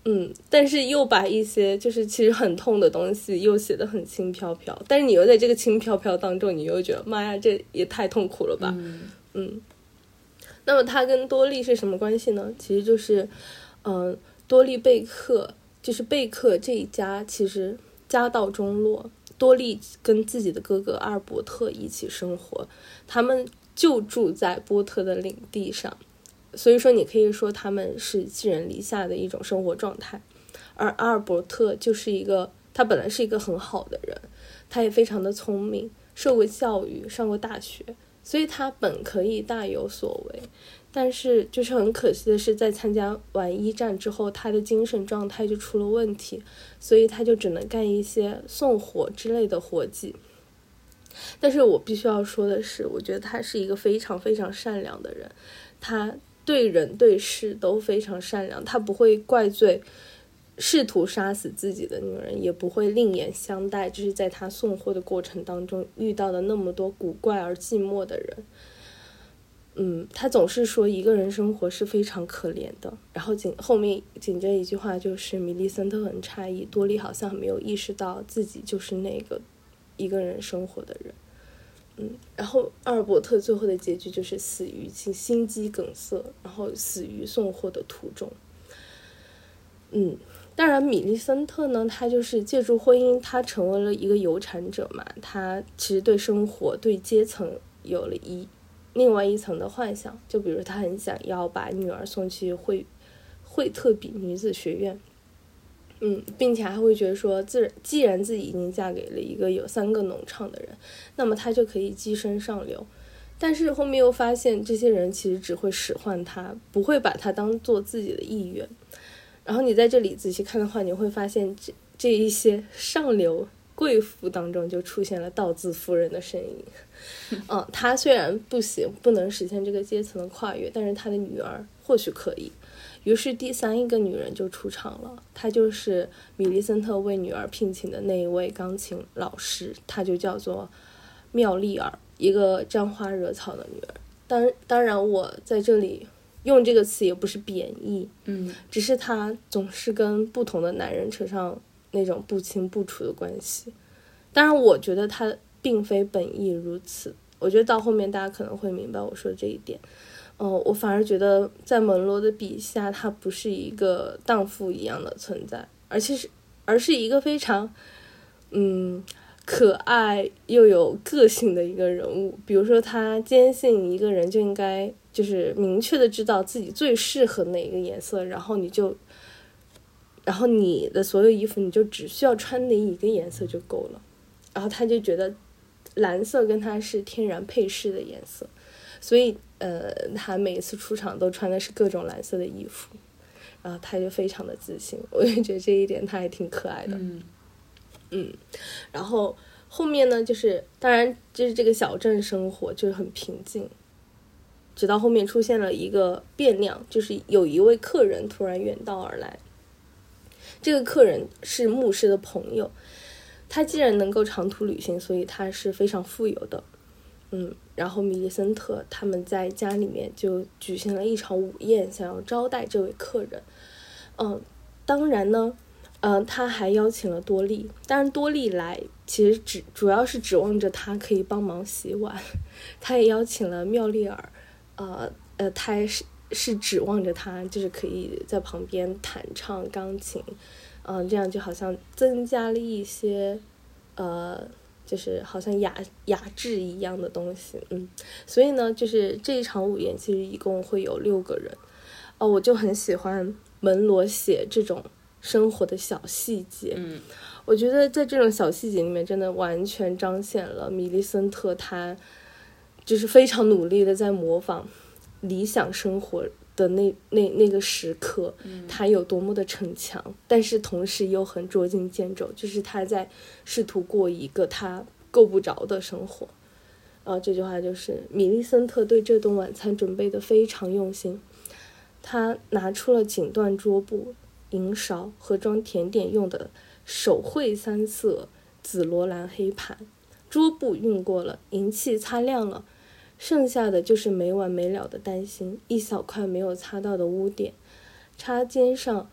嗯，但是又把一些就是其实很痛的东西又写得很轻飘飘，但是你又在这个轻飘飘当中，你又觉得妈呀，这也太痛苦了吧。 嗯嗯，那么他跟多莉是什么关系呢？其实就是嗯、呃，多莉贝克就是贝克这一家其实家道中落，多莉跟自己的哥哥阿尔伯特一起生活，他们就住在波特的领地上，所以说你可以说他们是寄人篱下的一种生活状态。而阿尔伯特就是一个，他本来是一个很好的人，他也非常的聪明，受过教育，上过大学，所以他本可以大有所为。但是就是很可惜的是，在参加完一战之后，他的精神状态就出了问题，所以他就只能干一些送火之类的活计。但是我必须要说的是，我觉得他是一个非常非常善良的人，他对人对事都非常善良，他不会怪罪试图杀死自己的女人，也不会另眼相待，就是在他送货的过程当中遇到的那么多古怪而寂寞的人。嗯，他总是说一个人生活是非常可怜的，然后紧后面紧着一句话就是米莉森特很诧异，多莉好像没有意识到自己就是那个一个人生活的人。嗯，然后阿尔伯特最后的结局就是死于心肌梗塞，然后死于送货的途中。嗯，当然米莉森特呢，他就是借助婚姻，他成为了一个有产者嘛，他其实对生活对阶层有了一另外一层的幻想，就比如他很想要把女儿送去惠惠特比女子学院，嗯，并且还会觉得说自既然自己已经嫁给了一个有三个农场的人，那么他就可以跻身上流。但是后面又发现这些人其实只会使唤他，不会把他当做自己的意愿。然后你在这里仔细看的话，你会发现这这一些上流贵妇当中就出现了道字夫人的身影。嗯，她虽然不行，不能实现这个阶层的跨越，但是她的女儿或许可以。于是第三一个女人就出场了，她就是米莉森特为女儿聘请的那一位钢琴老师，她就叫做妙丽尔，一个沾花惹草的女儿。当当然我在这里用这个词也不是贬义， 嗯， 只是她总是跟不同的男人扯上那种不清不楚的关系。当然我觉得她并非本意如此，我觉得到后面大家可能会明白我说的这一点。呃，我反而觉得在门罗的笔下，他不是一个荡妇一样的存在，而且是而是一个非常嗯可爱又有个性的一个人物。比如说他坚信一个人就应该就是明确的知道自己最适合哪个颜色，然后你就然后你的所有衣服你就只需要穿哪一个颜色就够了，然后他就觉得蓝色跟他是天然配饰的颜色，所以呃，他每一次出场都穿的是各种蓝色的衣服，然后他就非常的自信，我就觉得这一点他还挺可爱的。 嗯嗯，然后后面呢，就是当然就是这个小镇生活就是很平静，直到后面出现了一个变量，就是有一位客人突然远道而来，这个客人是牧师的朋友，他既然能够长途旅行，所以他是非常富有的。嗯，然后米莉森特他们在家里面就举行了一场午宴，想要招待这位客人。嗯，当然呢，嗯，他还邀请了多莉，当然多莉来其实只主要是指望着他可以帮忙洗碗，他也邀请了妙丽尔，呃呃，他也是是指望着他就是可以在旁边弹唱钢琴，嗯，这样就好像增加了一些呃。就是好像雅雅致一样的东西，嗯，所以呢，就是这一场午宴其实一共会有六个人，哦，我就很喜欢门罗写这种生活的小细节， 嗯， 我觉得在这种小细节里面，真的完全彰显了米莉森特他就是非常努力的在模仿理想生活的那那那个时刻，他有多么的逞强，但是同时又很捉襟见肘，就是他在试图过一个他够不着的生活。呃，这句话就是米莉森特对这顿晚餐准备的非常用心，他拿出了锦缎桌布、银勺和装甜点用的手绘三色紫罗兰黑盘，桌布熨过了，银器擦亮了，剩下的就是没完没了的担心，一小块没有擦到的污点，插肩上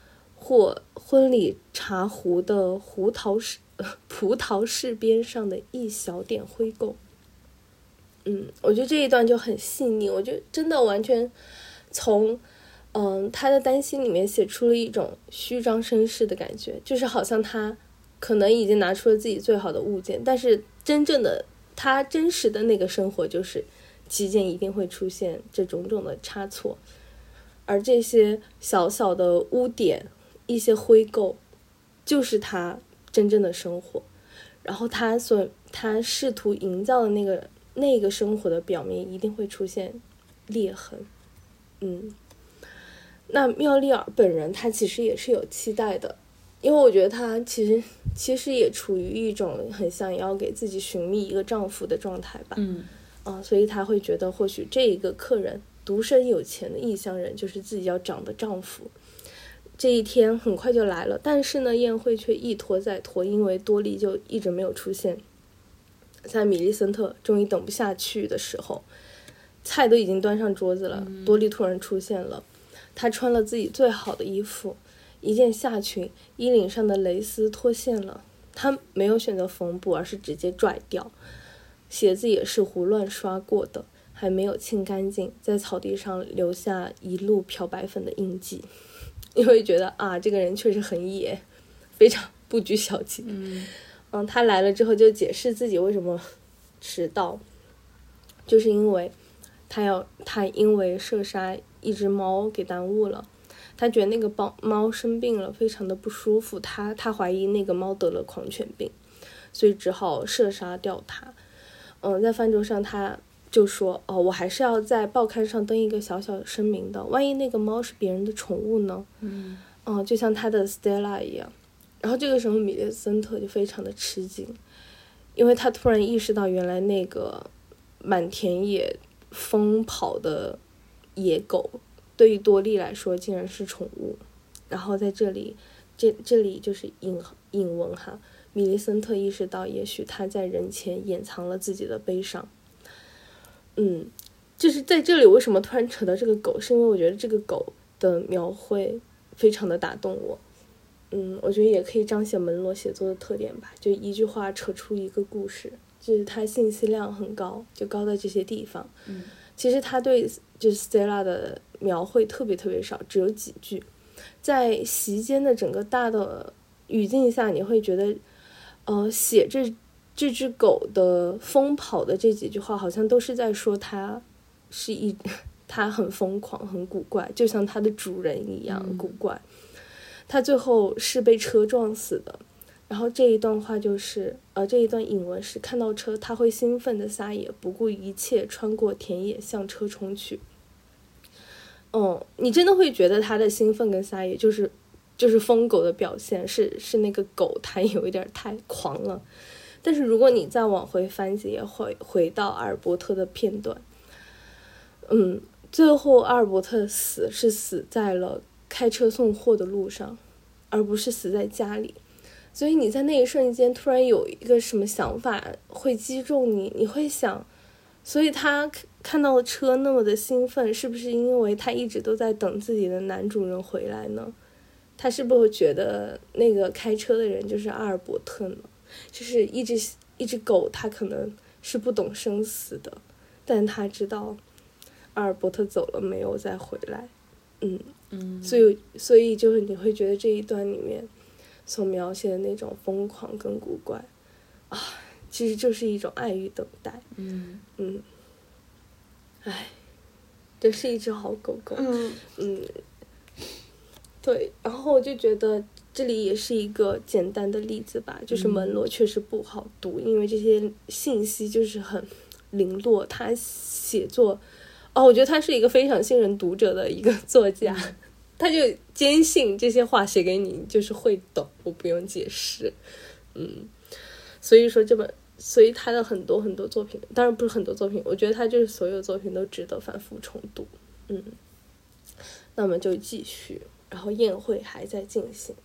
或婚礼茶壶的胡桃饰葡萄饰边上的一小点灰垢。嗯，我觉得这一段就很细腻，我觉得真的完全从嗯他的担心里面写出了一种虚张声势的感觉，就是好像他可能已经拿出了自己最好的物件，但是真正的他真实的那个生活就是期间一定会出现这种种的差错，而这些小小的污点一些灰垢就是他真正的生活，然后他所他试图营造的那个那个生活的表面一定会出现裂痕。嗯，那妙丽尔本人他其实也是有期待的，因为我觉得他其实其实也处于一种很想要给自己寻觅一个丈夫的状态吧。 嗯啊，所以他会觉得或许这一个客人独身有钱的异乡人就是自己要找的丈夫。这一天很快就来了，但是呢宴会却一拖再拖，因为多莉就一直没有出现。在米利森特终于等不下去的时候，菜都已经端上桌子了， 嗯、 多莉突然出现了。她穿了自己最好的衣服，一件夏裙，衣领上的蕾丝脱线了，她没有选择缝补，而是直接拽掉。鞋子也是胡乱刷过的，还没有清干净，在草地上留下一路漂白粉的印记。你会觉得啊，这个人确实很野，非常不拘小节。 嗯嗯，他来了之后就解释自己为什么迟到，就是因为他要他因为射杀一只猫给耽误了，他觉得那个猫猫生病了，非常的不舒服，他他怀疑那个猫得了狂犬病，所以只好射杀掉它。嗯，在饭桌上他就说，哦，我还是要在报刊上登一个小小的声明的，万一那个猫是别人的宠物呢？ 嗯， 哦，就像他的 Stella 一样。然后这个时候米利森特就非常的吃惊，因为他突然意识到原来那个满田野疯跑的野狗对于多莉来说竟然是宠物。然后在这里这这里就是引引文哈，米利森特意识到也许他在人前掩藏了自己的悲伤。嗯，就是在这里为什么突然扯到这个狗，是因为我觉得这个狗的描绘非常的打动我。嗯，我觉得也可以彰显门罗写作的特点吧，就一句话扯出一个故事，就是它信息量很高，就高在这些地方。 嗯， 其实他对就是 Stella 的描绘特别特别少，只有几句。在席间的整个大的语境下，你会觉得，呃，写这这只狗的疯跑的这几句话，好像都是在说它是一，它很疯狂，很古怪，就像它的主人一样、嗯、古怪。他最后是被车撞死的，然后这一段话就是呃，这一段引文是看到车他会兴奋的撒野，不顾一切穿过田野向车冲去。嗯，你真的会觉得他的兴奋跟撒野就是就是疯狗的表现，是是那个狗它有一点太狂了。但是如果你再往回翻几页，回回到阿尔伯特的片段，嗯，最后阿尔伯特死是死在了开车送货的路上，而不是死在家里。所以你在那一瞬间突然有一个什么想法会击中你，你会想，所以他看到了车那么的兴奋，是不是因为他一直都在等自己的男主人回来呢？他是不是觉得那个开车的人就是阿尔伯特呢？就是一只一只狗，它可能是不懂生死的，但他知道阿尔伯特走了没有再回来。嗯嗯， 所以所以就是你会觉得这一段里面所描写的那种疯狂跟古怪啊，其实就是一种爱与等待。 嗯嗯，唉，这是一只好狗狗。 嗯嗯，对，然后我就觉得这里也是一个简单的例子吧，就是门罗确实不好读，嗯、因为这些信息就是很零落，他写作。哦，我觉得他是一个非常信任读者的一个作家，嗯、他就坚信这些话写给你就是会懂，我不用解释。嗯，所以说这本，所以他的很多很多作品，当然不是很多作品，我觉得他就是所有作品都值得反复重读。嗯，那么就继续，然后宴会还在进行。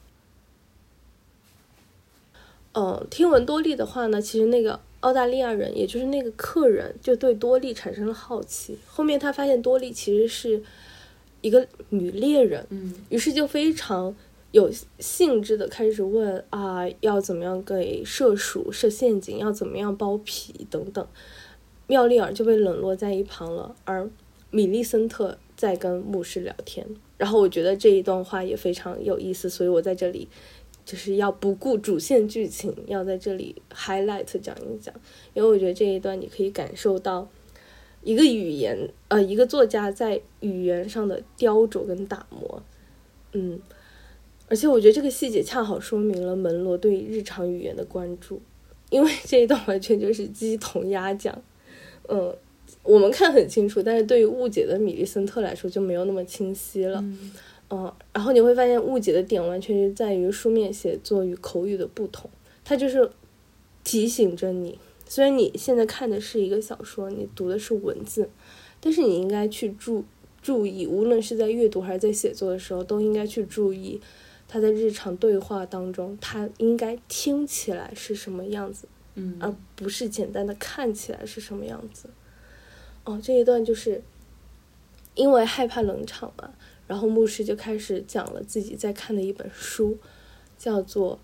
嗯，听闻多莉的话呢，其实那个澳大利亚人，也就是那个客人，就对多莉产生了好奇。后面他发现多莉其实是一个女猎人， 嗯， 于是就非常有兴致的开始问啊，要怎么样给射鼠设陷阱，要怎么样剥皮等等。妙丽尔就被冷落在一旁了，而米利森特在跟牧师聊天。然后我觉得这一段话也非常有意思，所以我在这里就是要不顾主线剧情，要在这里 highlight 讲一讲，因为我觉得这一段你可以感受到一个语言呃，一个作家在语言上的雕琢跟打磨。嗯，而且我觉得这个细节恰好说明了门罗对日常语言的关注，因为这一段完全就是鸡同鸭讲。嗯，我们看很清楚，但是对于误解的米利森特来说就没有那么清晰了。 嗯嗯，然后你会发现误解的点完全是在于书面写作与口语的不同，它就是提醒着你，虽然你现在看的是一个小说，你读的是文字，但是你应该去注注意，无论是在阅读还是在写作的时候，都应该去注意他在日常对话当中，他应该听起来是什么样子， 嗯， 而不是简单的看起来是什么样子。哦，这一段就是因为害怕冷场嘛，然后牧师就开始讲了自己在看的一本书，叫做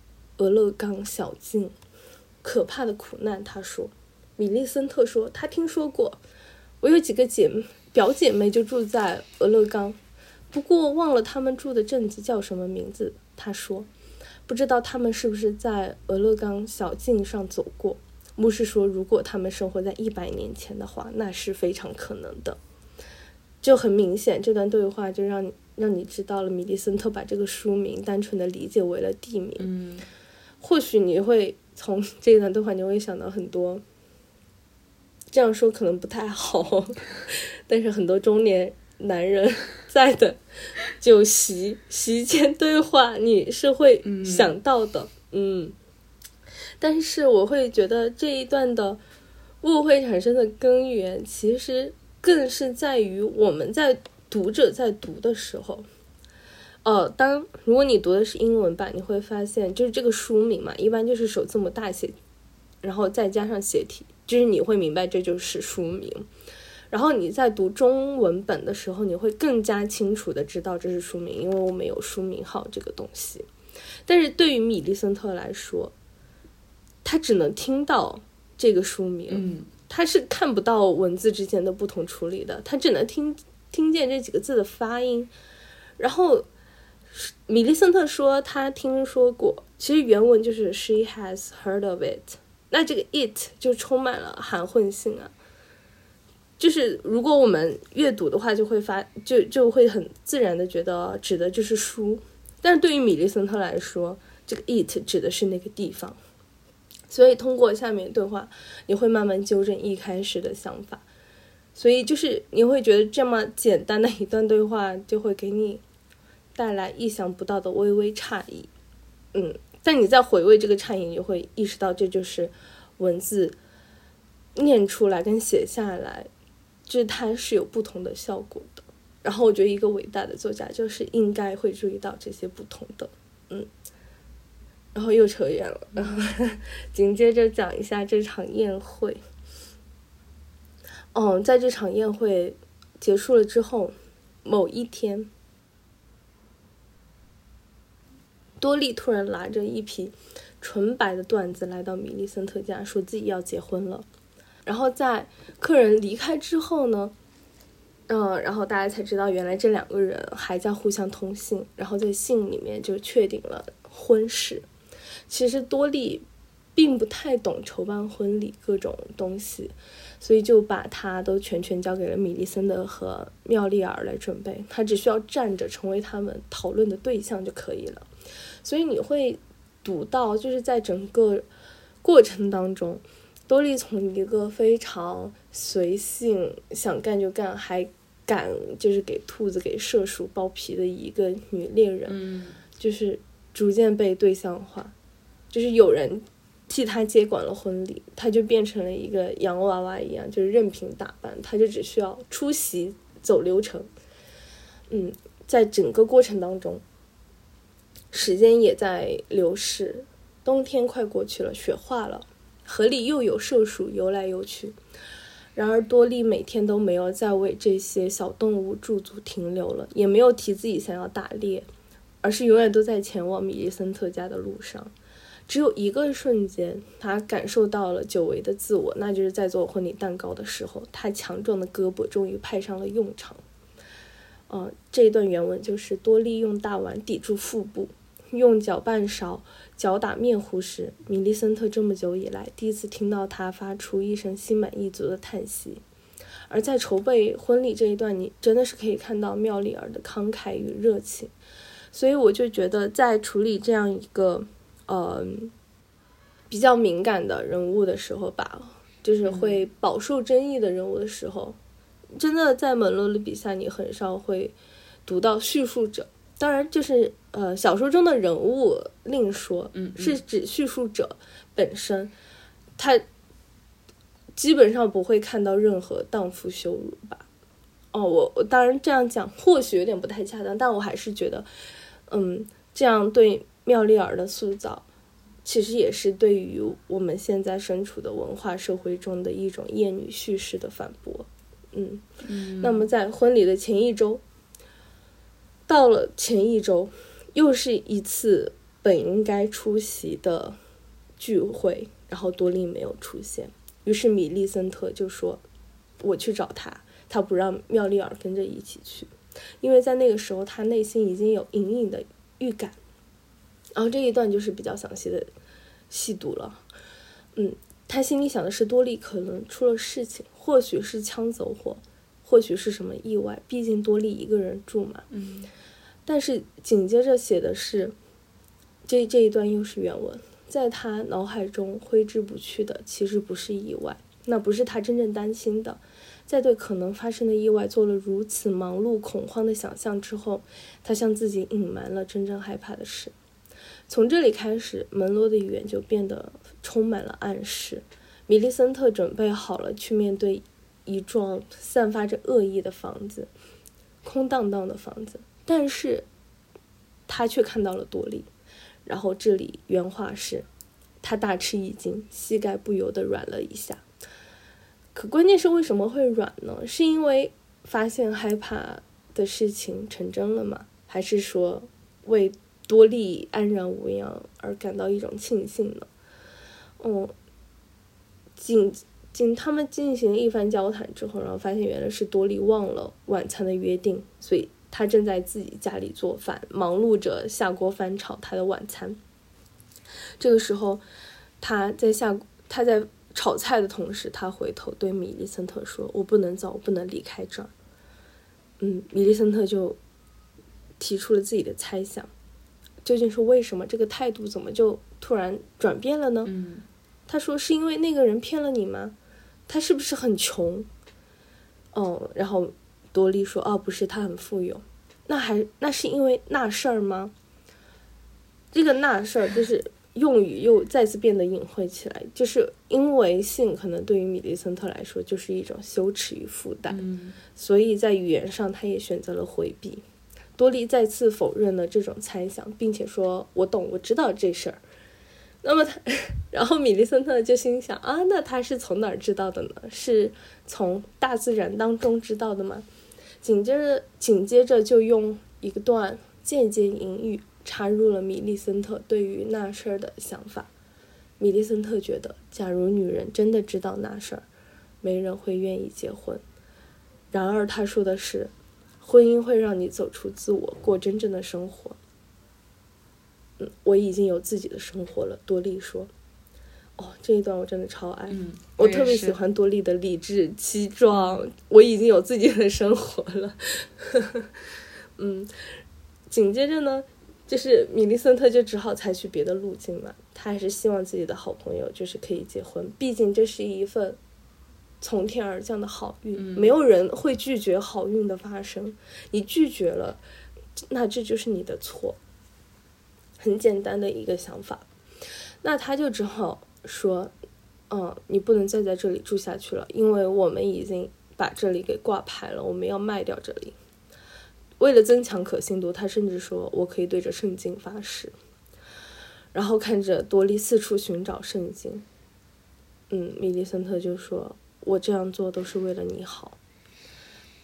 《俄勒冈小径：可怕的苦难》。他说，米利森特说他听说过，我有几个姐表姐妹就住在俄勒冈，不过忘了他们住的镇子叫什么名字。他说不知道他们是不是在俄勒冈小径上走过。牧师说如果他们生活在一百年前的话，那是非常可能的。就很明显，这段对话就让你让你知道了米利森特把这个书名单纯的理解为了地名。 嗯， 或许你会从这段对话你会想到很多，这样说可能不太好，但是很多中年男人在的酒席席间对话你是会想到的。 嗯, 嗯但是我会觉得这一段的误会产生的根源其实更是在于我们在读者在读的时候，呃，当如果你读的是英文版，你会发现就是这个书名嘛，一般就是首字母大写，然后再加上斜体，就是你会明白这就是书名。然后你在读中文本的时候，你会更加清楚的知道这是书名，因为我没有书名号这个东西。但是对于米利森特来说，他只能听到这个书名， 嗯， 他是看不到文字之间的不同处理的，他只能听听见这几个字的发音。然后米利森特说他听说过，其实原文就是 she has heard of it， 那这个 it 就充满了含混性啊，就是如果我们阅读的话就会发就就会很自然的觉得指的就是书，但是对于米利森特来说，这个 it 指的是那个地方。所以通过下面对话你会慢慢纠正一开始的想法，所以就是你会觉得这么简单的一段对话就会给你带来意想不到的微微诧异。嗯，但你在回味这个诧异，你就会意识到这就是文字念出来跟写下来，就是它是有不同的效果的。然后我觉得一个伟大的作家就是应该会注意到这些不同的。嗯，然后又扯远了，然后紧接着讲一下这场宴会。哦，在这场宴会结束了之后，某一天，多莉突然拿着一匹纯白的缎子来到米利森特家，说自己要结婚了。然后在客人离开之后呢，嗯，然后大家才知道原来这两个人还在互相通信，然后在信里面就确定了婚事。其实多莉并不太懂筹办婚礼各种东西，所以就把他都全权交给了米利森特和妙丽尔来准备，他只需要站着成为他们讨论的对象就可以了。所以你会读到就是在整个过程当中，多莉从一个非常随性想干就干还敢就是给兔子给射鼠剥皮的一个女猎人、 嗯、 就是逐渐被对象化，就是有人替他接管了婚礼，他就变成了一个洋娃娃一样，就是任凭打扮，他就只需要出席走流程。嗯，在整个过程当中时间也在流逝，冬天快过去了，雪化了，河里又有射鼠游来游去。然而多莉每天都没有再为这些小动物驻足停留了，也没有提自己想要打猎， 而是永远都在前往米利森特家的路上。只有一个瞬间，他感受到了久违的自我，那就是在做婚礼蛋糕的时候，他强壮的胳膊终于派上了用场。呃，这一段原文就是多莉用大碗抵住腹部，用搅拌勺搅打面糊时，米利森特这么久以来第一次听到他发出一声心满意足的叹息。而在筹备婚礼这一段，你真的是可以看到妙丽儿的慷慨与热情。所以我就觉得在处理这样一个呃比较敏感的人物的时候吧，就是会饱受争议的人物的时候，嗯、真的在门罗的笔下你很少会读到叙述者。当然就是呃小说中的人物另说， 嗯嗯是指叙述者本身，他基本上不会看到任何荡妇羞辱吧。哦，我我当然这样讲或许有点不太恰当，但我还是觉得嗯这样对妙丽儿的塑造其实也是对于我们现在身处的文化社会中的一种厌女叙事的反驳。嗯， 嗯那么在婚礼的前一周，到了前一周，又是一次本应该出席的聚会，然后多莉没有出现，于是米利森特就说我去找他，他不让妙丽尔跟着一起去，因为在那个时候他内心已经有隐隐的预感。然后这一段就是比较详细的细读了。嗯，他心里想的是多莉可能出了事情，或许是枪走火，或许是什么意外，毕竟多莉一个人住嘛。 嗯， 但是紧接着写的是这这一段又是原文，在他脑海中挥之不去的其实不是意外，那不是他真正担心的。在对可能发生的意外做了如此忙碌恐慌的想象之后，他向自己隐瞒了真正害怕的事。从这里开始，门罗的语言就变得充满了暗示。米利森特准备好了去面对一幢散发着恶意的房子，空荡荡的房子，但是他却看到了多莉。然后这里原话是，他大吃一惊，膝盖不由得软了一下。可关键是为什么会软呢？是因为发现害怕的事情成真了吗？还是说为多莉安然无恙而感到一种庆幸呢？嗯，仅仅他们进行一番交谈之后，然后发现原来是多莉忘了晚餐的约定，所以他正在自己家里做饭，忙碌着下锅翻炒他的晚餐。这个时候他在下他在炒菜的同时，他回头对米利森特说，我不能走，我不能离开这儿。嗯，米利森特就提出了自己的猜想，究竟是为什么这个态度怎么就突然转变了呢？ 嗯， 他说是因为那个人骗了你吗？他是不是很穷？哦，然后多莉说，哦，不是，他很富有。那还那是因为那事儿吗？这个那事儿就是用语又再次变得隐晦起来，就是因为性可能对于米利森特来说就是一种羞耻与负担， 嗯， 所以在语言上他也选择了回避。多莉再次否认了这种猜想，并且说我懂，我知道这事儿。那么他，然后米利森特就心想啊，那他是从哪儿知道的呢？是从大自然当中知道的吗？紧接着，紧接着就用一个段间接隐语插入了米利森特对于那事儿的想法。米利森特觉得，假如女人真的知道那事儿，没人会愿意结婚。然而他说的是，婚姻会让你走出自我，过真正的生活。嗯，我已经有自己的生活了，多莉说。哦，这一段我真的超爱， 嗯， 我特别喜欢多莉的理智气壮，我已经有自己的生活了。嗯，紧接着呢，就是米利森特就只好采取别的路径了，他还是希望自己的好朋友就是可以结婚，毕竟这是一份从天而降的好运， 嗯， 没有人会拒绝好运的发生，你拒绝了，那这就是你的错。很简单的一个想法，那他就只好说，嗯，你不能再在这里住下去了，因为我们已经把这里给挂牌了，我们要卖掉这里。为了增强可信度，他甚至说我可以对着圣经发誓。然后看着多莉四处寻找圣经，嗯，米利森特就说，我这样做都是为了你好。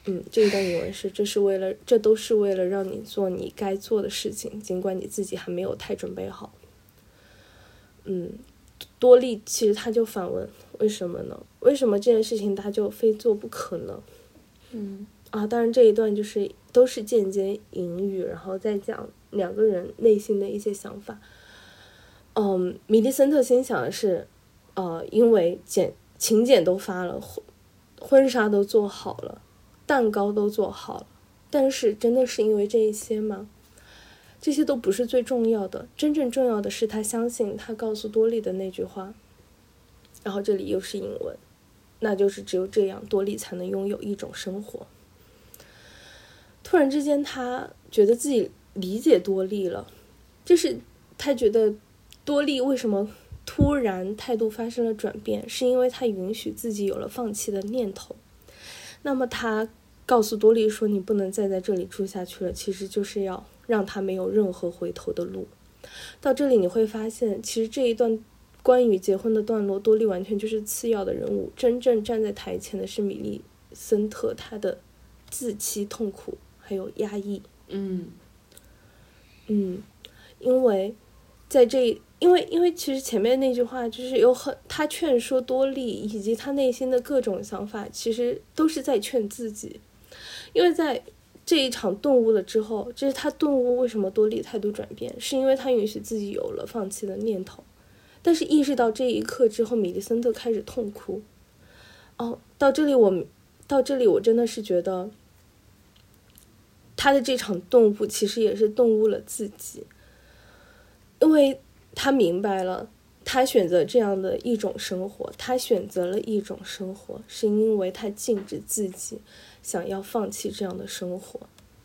嗯，这一段引文是：这是为了，这都是为了让你做你该做的事情，尽管你自己还没有太准备好。嗯，多莉其实他就反问：为什么呢？为什么这件事情他就非做不可呢？ 嗯啊，当然这一段就是都是间接引语，然后再讲两个人内心的一些想法。嗯，米莉森特心想的是，呃，因为剪请柬都发了，婚婚纱都做好了，蛋糕都做好了，但是真的是因为这一些吗？这些都不是最重要的，真正重要的是他相信他告诉多莉的那句话。然后这里又是引文，那就是只有这样，多莉才能拥有一种生活。突然之间，他觉得自己理解多莉了，就是他觉得多莉为什么突然态度发生了转变，是因为他允许自己有了放弃的念头。那么他告诉多莉说你不能再在这里住下去了，其实就是要让他没有任何回头的路。到这里你会发现，其实这一段关于结婚的段落，多莉完全就是次要的人物，真正站在台前的是米莉森特，他的自欺痛苦还有压抑。 嗯嗯，因为在这因为因为其实前面那句话就是有很他劝说多莉以及他内心的各种想法，其实都是在劝自己。因为在这一场顿悟了之后，这是他顿悟为什么多莉态度转变，是因为他允许自己有了放弃的念头。但是意识到这一刻之后，米莉森特开始痛哭。哦，到这里我到这里我真的是觉得他的这场顿悟其实也是顿悟了自己，因为他明白了，他选择这样的一种生活，他选择了一种生活，是因为他禁止自己想要放弃这样的生活，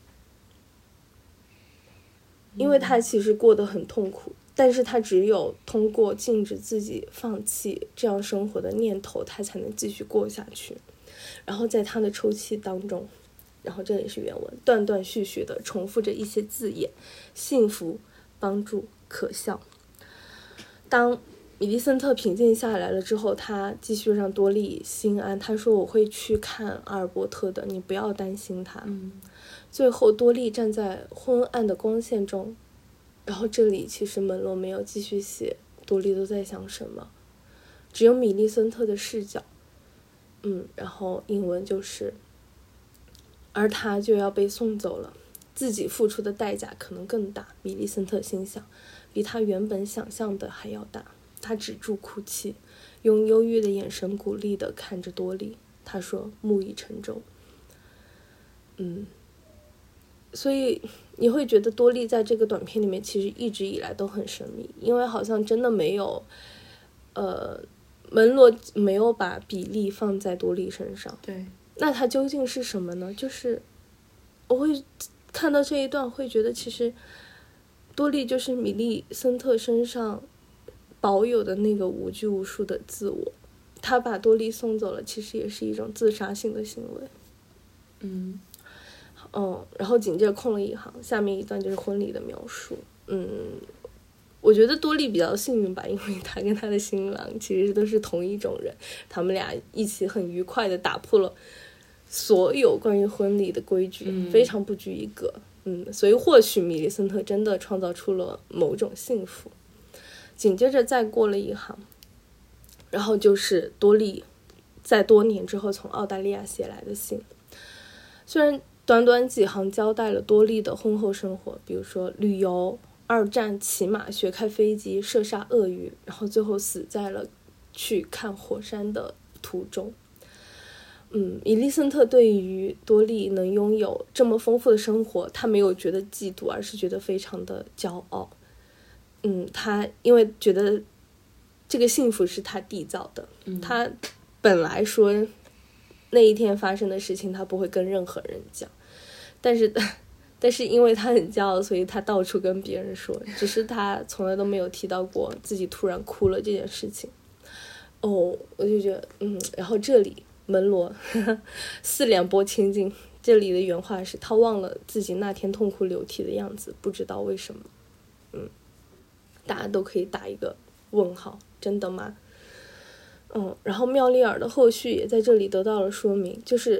因为他其实过得很痛苦，但是他只有通过禁止自己放弃这样生活的念头，他才能继续过下去。然后在他的抽泣当中，然后这里是原文，断断续续的重复着一些字眼：幸福、帮助、可笑。当米莉森特平静下来了之后，他继续让多莉心安，他说我会去看阿尔伯特的，你不要担心他。 嗯最后多莉站在昏暗的光线中，然后这里其实门罗没有继续写多莉都在想什么，只有米莉森特的视角。嗯，然后英文就是而他就要被送走了，自己付出的代价可能更大，米莉森特心想，比他原本想象的还要大。他止住哭泣，用忧郁的眼神鼓励地看着多莉，他说木已成舟。嗯，所以你会觉得多莉在这个短片里面其实一直以来都很神秘，因为好像真的没有呃门罗没有把比例放在多莉身上。 对， 那它究竟是什么呢？就是我会看到这一段会觉得其实多莉就是米莉森特身上保有的那个无拘无束的自我，他把多莉送走了，其实也是一种自杀性的行为。 嗯嗯，然后紧接着空了一行，下面一段就是婚礼的描述。嗯，我觉得多莉比较幸运吧，因为她跟她的新郎其实都是同一种人，他们俩一起很愉快的打破了所有关于婚礼的规矩， 嗯非常不拘一格。嗯，所以或许米莉森特真的创造出了某种幸福。紧接着再过了一行，然后就是多莉在多年之后从澳大利亚写来的信。虽然短短几行交代了多莉的婚后生活，比如说旅游、二战、骑马、学开飞机、射杀鳄鱼，然后最后死在了去看火山的途中。嗯，米莉森特对于多莉能拥有这么丰富的生活，他没有觉得嫉妒，而是觉得非常的骄傲。嗯，他因为觉得这个幸福是他缔造的， 嗯他本来说那一天发生的事情他不会跟任何人讲，但是但是因为他很骄傲，所以他到处跟别人说，只是他从来都没有提到过自己突然哭了这件事情。哦，我就觉得嗯，然后这里门罗四两拨千斤，这里的原话是他忘了自己那天痛哭流涕的样子，不知道为什么。嗯，大家都可以打一个问号，真的吗？嗯，然后妙丽尔的后续也在这里得到了说明，就是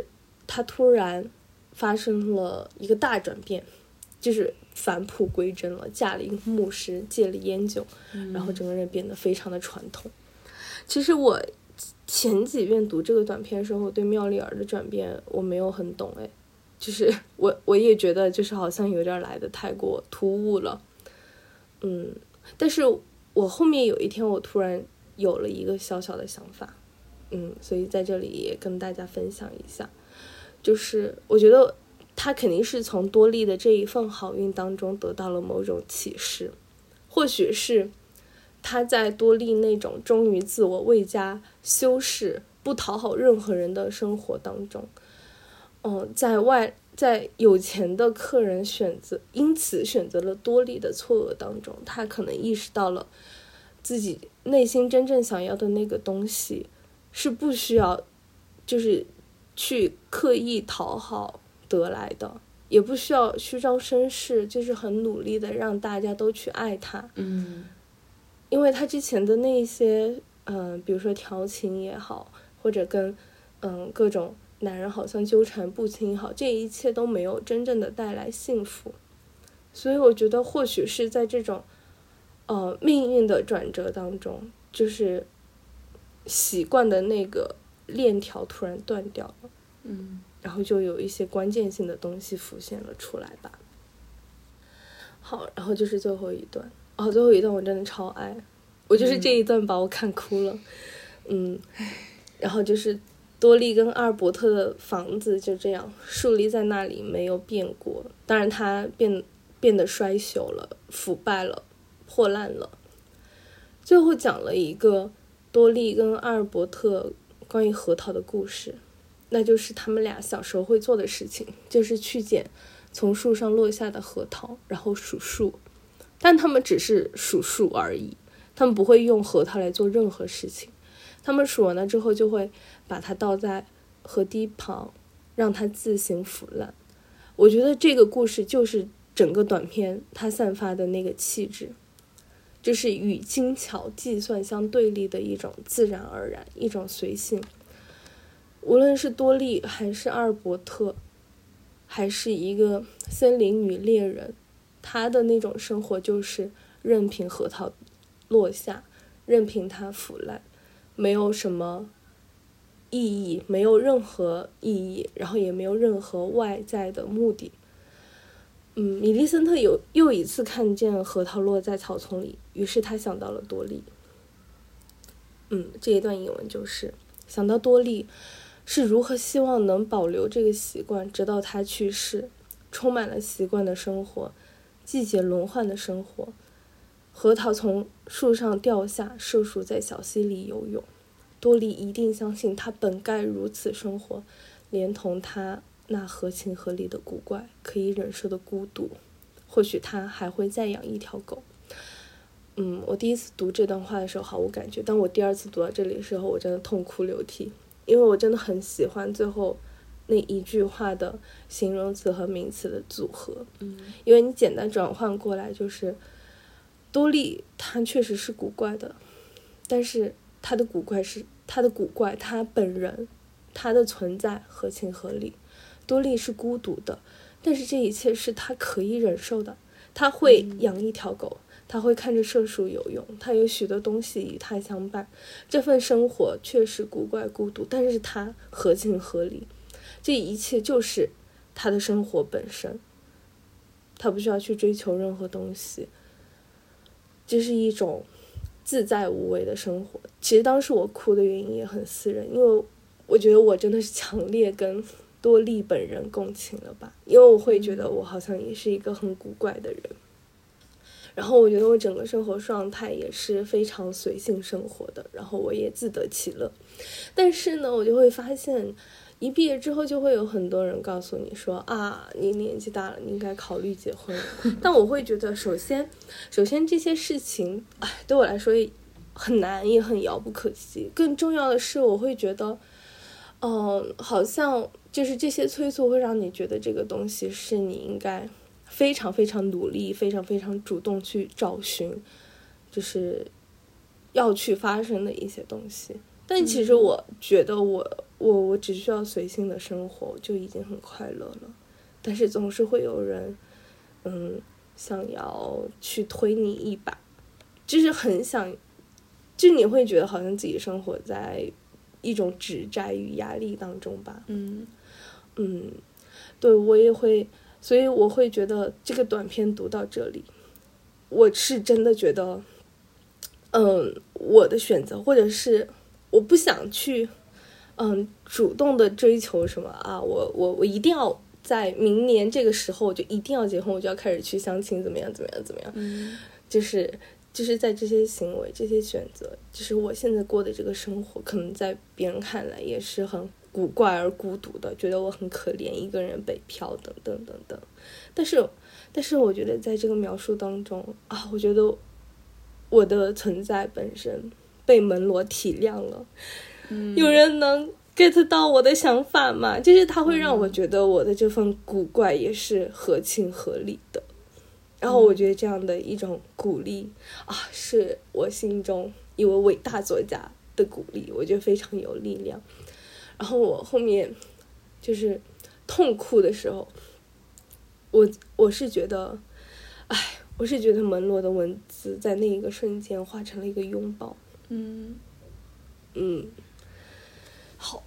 他突然发生了一个大转变，就是返璞归真了，嫁了一个牧师，戒了烟酒， 嗯、 然后整个人变得非常的传统。其实我前几遍读这个短片的时候，我对妙丽儿的转变我没有很懂，哎，就是我我也觉得就是好像有点来的太过突兀了，嗯，但是我后面有一天我突然有了一个小小的想法，嗯，所以在这里也跟大家分享一下，就是我觉得他肯定是从多莉的这一份好运当中得到了某种启示，或许是他在多莉那种忠于自我、未加修饰、不讨好任何人的生活当中，嗯，在外在有钱的客人选择因此选择了多莉的错愕当中，他可能意识到了自己内心真正想要的那个东西是不需要就是去刻意讨好得来的，也不需要虚张声势，就是很努力的让大家都去爱他。 嗯， 因为他之前的那些嗯、呃，比如说调情也好，或者跟嗯各种男人好像纠缠不清也好，这一切都没有真正的带来幸福。所以我觉得或许是在这种呃命运的转折当中，就是习惯的那个链条突然断掉了， 嗯， 然后就有一些关键性的东西浮现了出来吧。好，然后就是最后一段，哦，最后一段我真的超爱，我就是这一段把我看哭了，嗯，然后就是多莉跟阿尔伯特的房子就这样竖立在那里没有变过，当然它变变得衰朽了、腐败了、破烂了。最后讲了一个多莉跟阿尔伯特关于核桃的故事，那就是他们俩小时候会做的事情，就是去捡从树上落下的核桃，然后数数，但他们只是数数而已，他们不会用核桃来做任何事情。他们数完了之后就会把它倒在河堤旁，让它自行腐烂。我觉得这个故事就是整个短片它散发的那个气质，就是与精巧计算相对立的一种自然而然，一种随性。无论是多莉还是阿尔伯特，还是一个森林女猎人，她的那种生活就是任凭核桃落下，任凭它腐烂，没有什么意义，没有任何意义，然后也没有任何外在的目的。嗯，米利森特有又一次看见核桃落在草丛里，于是他想到了多莉。嗯，这一段引文就是想到多莉是如何希望能保留这个习惯，直到他去世，充满了习惯的生活，季节轮换的生活。核桃从树上掉下，射鼠在小溪里游泳。多莉一定相信他本该如此生活，连同他那合情合理的古怪，可以忍受的孤独。或许他还会再养一条狗。嗯，我第一次读这段话的时候毫无感觉，但我第二次读到这里的时候，我真的痛哭流涕，因为我真的很喜欢最后那一句话的形容词和名词的组合。 嗯， 因为你简单转换过来就是多莉她确实是古怪的，但是她的古怪是她的古怪她本人她的存在合情合理。多莉是孤独的，但是这一切是她可以忍受的。她会养一条狗，她会看着射鼠游泳，她有许多东西与她相伴。这份生活确实古怪孤独，但是她合情合理。这一切就是她的生活本身，她不需要去追求任何东西，这是一种自在无为的生活。其实当时我哭的原因也很私人，因为我觉得我真的是强烈跟多莉本人共情了吧，因为我会觉得我好像也是一个很古怪的人，然后我觉得我整个生活状态也是非常随性生活的，然后我也自得其乐。但是呢，我就会发现一毕业之后就会有很多人告诉你说啊，你年纪大了，你应该考虑结婚了。但我会觉得首先首先这些事情哎，对我来说也很难，也很遥不可及。更重要的是我会觉得嗯、呃，好像就是这些催促会让你觉得这个东西是你应该非常非常努力，非常非常主动去找寻，就是要去发生的一些东西。但其实我觉得我我我只需要随性的生活就已经很快乐了，但是总是会有人嗯想要去推你一把，就是很想，就你会觉得好像自己生活在一种指摘与压力当中吧。 嗯嗯，对，我也会，所以我会觉得这个短片读到这里，我是真的觉得嗯我的选择，或者是我不想去嗯主动的追求什么啊，我我我一定要在明年这个时候我就一定要结婚，我就要开始去相亲，怎么样怎么样怎么样， 嗯就是就是在这些行为这些选择，就是我现在过的这个生活可能在别人看来也是很古怪而孤独的，觉得我很可怜，一个人北漂等等等等，但是但是我觉得在这个描述当中啊，我觉得我的存在本身被门罗体谅了。 嗯， 有人能 get 到我的想法吗？就是他会让我觉得我的这份古怪也是合情合理的，然后我觉得这样的一种鼓励啊，是我心中一位伟大作家的鼓励，我觉得非常有力量。然后我后面就是痛哭的时候，我我是觉得，哎，我是觉得门罗的文字在那一个瞬间化成了一个拥抱。 嗯嗯，好。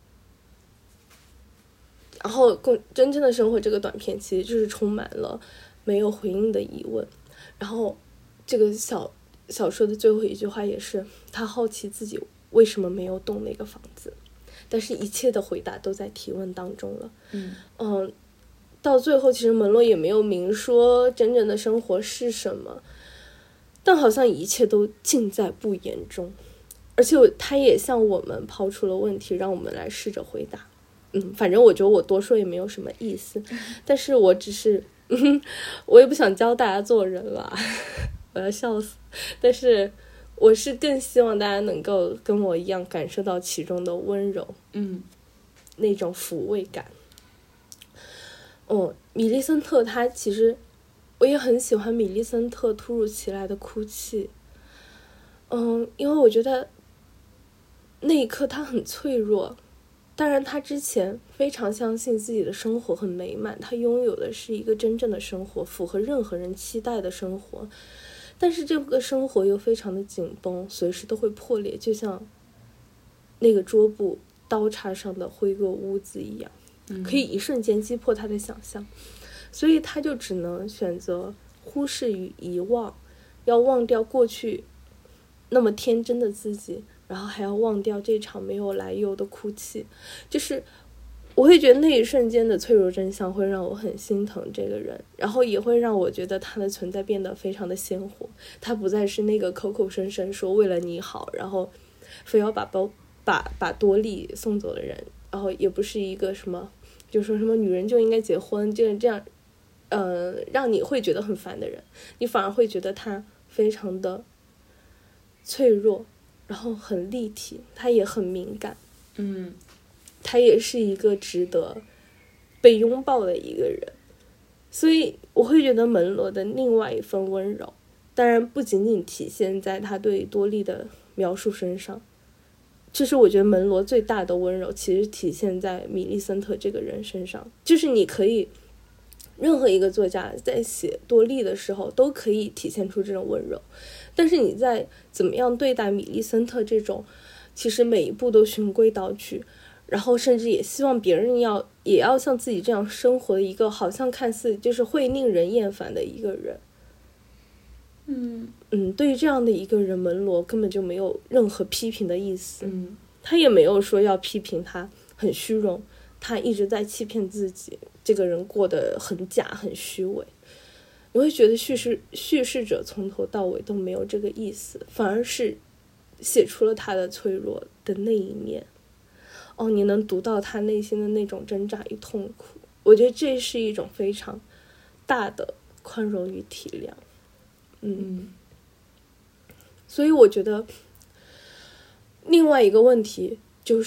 然后更真正的生活这个短片其实就是充满了没有回应的疑问，然后这个小小说的最后一句话也是他好奇自己为什么没有动那个房子，但是一切的回答都在提问当中了。 嗯嗯，到最后其实门罗也没有明说真正的生活是什么，但好像一切都尽在不言中，而且他也向我们抛出了问题，让我们来试着回答。嗯，反正我觉得我多说也没有什么意思，但是我只是，嗯，我也不想教大家做人了，我要笑死。但是我是更希望大家能够跟我一样感受到其中的温柔， 嗯那种抚慰感。嗯，米利森特他其实我也很喜欢米利森特突如其来的哭泣。嗯，因为我觉得那一刻他很脆弱。当然他之前非常相信自己的生活很美满，他拥有的是一个真正的生活，符合任何人期待的生活，但是这个生活又非常的紧绷，随时都会破裂，就像那个桌布刀叉上的灰垢污渍一样，可以一瞬间击破他的想象，所以他就只能选择忽视与遗忘，要忘掉过去那么天真的自己，然后还要忘掉这场没有来由的哭泣。就是我会觉得那一瞬间的脆弱真相会让我很心疼这个人，然后也会让我觉得他的存在变得非常的鲜活。他不再是那个口口声声说为了你好，然后非要把包把把多莉送走的人，然后也不是一个什么就说什么女人就应该结婚，就是这样呃让你会觉得很烦的人，你反而会觉得他非常的脆弱，然后很立体，他也很敏感， 嗯， 他也是一个值得被拥抱的一个人。所以我会觉得门罗的另外一份温柔，当然不仅仅体现在他对多莉的描述身上，就是我觉得门罗最大的温柔其实体现在米利森特这个人身上。就是你可以任何一个作家在写多莉的时候都可以体现出这种温柔，但是你在怎么样对待米利森特这种其实每一步都循规蹈矩，然后甚至也希望别人要也要像自己这样生活的一个好像看似就是会令人厌烦的一个人。 嗯嗯，对于这样的一个人，门罗根本就没有任何批评的意思。 嗯他也没有说要批评他很虚荣，他一直在欺骗自己，这个人过得很假很虚伪。你会觉得叙事叙事者从头到尾都没有这个意思，反而是写出了他的脆弱的那一面。哦，你能读到他内心的那种挣扎与痛苦，我觉得这是一种非常大的宽容与体谅。嗯， 嗯所以我觉得另外一个问题就是，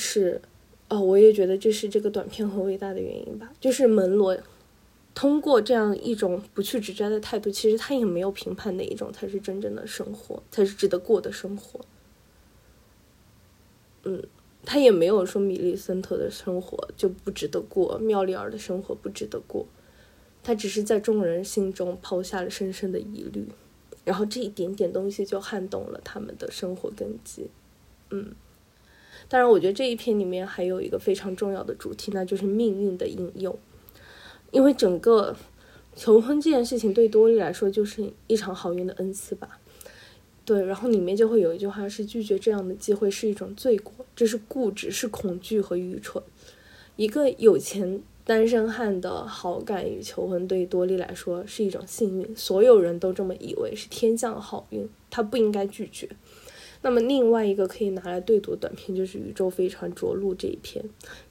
哦，我也觉得这是这个短片很伟大的原因吧，就是门罗通过这样一种不去指摘的态度，其实他也没有评判哪一种才是真正的生活，才是值得过的生活。嗯， 他也没有说米莉森特的生活就不值得过，妙丽儿的生活不值得过，他只是在众人心中抛下了深深的疑虑，然后这一点点东西就撼动了他们的生活根基。嗯，当然我觉得这一篇里面还有一个非常重要的主题，那就是命运的引诱。因为整个求婚这件事情对多莉来说就是一场好运的恩赐吧，对，然后里面就会有一句话是拒绝这样的机会是一种罪过，这是固执，是恐惧和愚蠢。一个有钱单身汉的好感与求婚对多莉来说是一种幸运，所有人都这么以为，是天降好运，他不应该拒绝。那么另外一个可以拿来对读短片就是宇宙飞船着陆这一篇，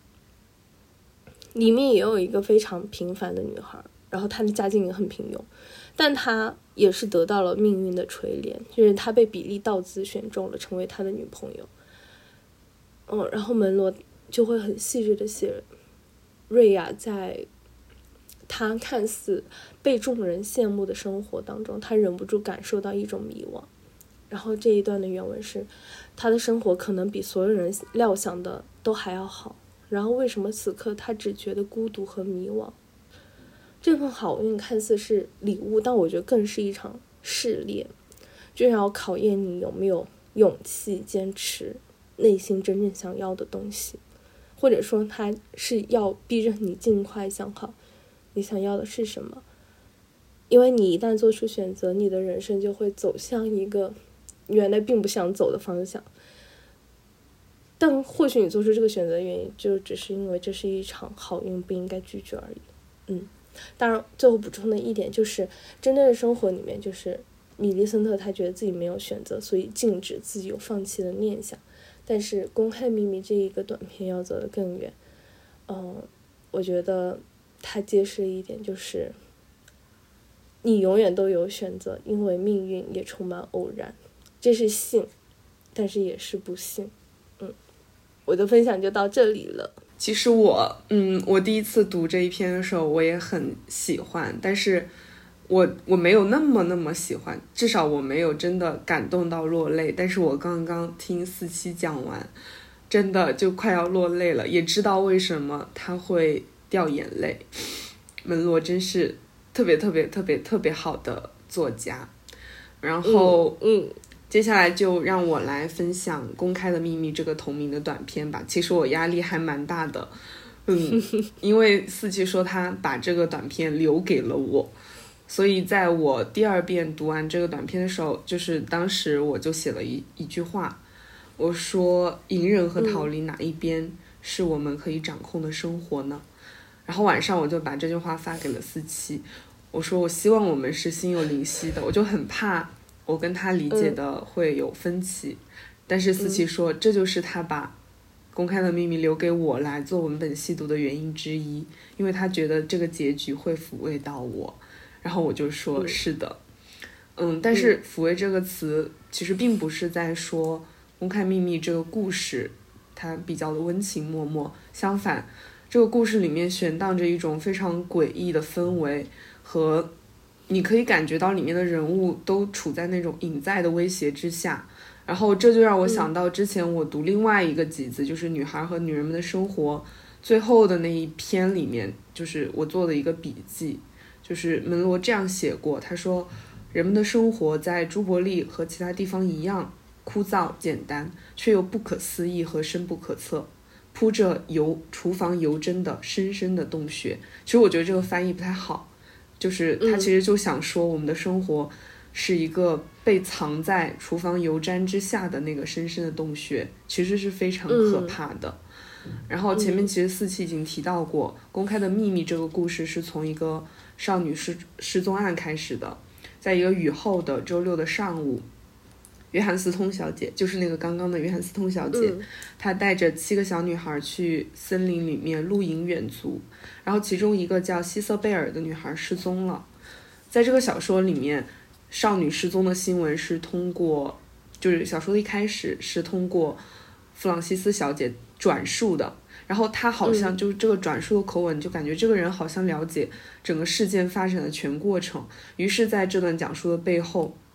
里面也有一个非常平凡的女孩，然后她的家境也很平庸，但她也是得到了命运的垂怜，就是她被比利道兹选中了成为他的女朋友。嗯，然后门罗就会很细致的写瑞亚在她看似被众人羡慕的生活当中，她忍不住感受到一种迷惘。然后这一段的原文是，她的生活可能比所有人料想的都还要好，然后为什么此刻她只觉得孤独和迷惘？这份好运看似是礼物，但我觉得更是一场试炼，就要考验你有没有勇气坚持内心真正想要的东西，或者说它是要逼着你尽快想好你想要的是什么。因为你一旦做出选择，你的人生就会走向一个原来并不想走的方向，但或许你做出这个选择的原因就只是因为这是一场好运，不应该拒绝而已。嗯，当然最后补充的一点就是，真正的生活里面就是米莉森特他觉得自己没有选择，所以禁止自己有放弃的念想。但是公开秘密这一个短片要走得更远。嗯，我觉得它揭示一点就是你永远都有选择，因为命运也充满偶然，这是幸，但是也是不幸。嗯，我的分享就到这里了。 其实我，嗯，我第一次读这一篇的时候，我也很喜欢，但是我我没有那么那么喜欢，至少我没有真的感动到落泪。但是我刚刚听四期讲完，真的就快要落泪了，也知道为什么他会掉眼泪。门罗真是特别特别特别特别好的作家。然后嗯, 嗯接下来就让我来分享《公开的秘密》这个同名的短片吧。其实我压力还蛮大的，嗯，因为四七说他把这个短片留给了我，所以在我第二遍读完这个短片的时候，就是当时我就写了一一句话，我说隐忍和逃离哪一边是我们可以掌控的生活呢？嗯、然后晚上我就把这句话发给了四七，我说我希望我们是心有灵犀的，我就很怕我跟他理解的会有分歧，嗯、但是四七说、嗯、这就是他把公开的秘密留给我来做文本细读的原因之一，因为他觉得这个结局会抚慰到我。然后我就说、嗯、是的，嗯，但是抚慰这个词其实并不是在说公开秘密这个故事它比较的温情脉脉，相反这个故事里面悬荡着一种非常诡异的氛围，和你可以感觉到里面的人物都处在那种隐在的威胁之下。然后这就让我想到之前我读另外一个集子、嗯、就是女孩和女人们的生活最后的那一篇里面，就是我做的一个笔记，就是门罗这样写过，他说人们的生活在朱伯利和其他地方一样枯燥简单，却又不可思议和深不可测，铺着油厨房油针的深深的洞穴。其实我觉得这个翻译不太好，就是他其实就想说我们的生活是一个被藏在厨房油毡之下的那个深深的洞穴，其实是非常可怕的。嗯、然后前面其实四期已经提到过，公开的秘密这个故事是从一个少女失失踪案开始的。在一个雨后的周六的上午，约翰斯通小姐，就是那个刚刚的约翰斯通小姐、嗯、她带着七个小女孩去森林里面露营远足，然后其中一个叫希瑟贝尔的女孩失踪了。在这个小说里面，少女失踪的新闻是通过，就是小说的一开始是通过弗朗西斯小姐转述的，然后她好像就这个转述的口吻，就感觉这个人好像了解整个事件发展的全过程，于是在这段讲述的背后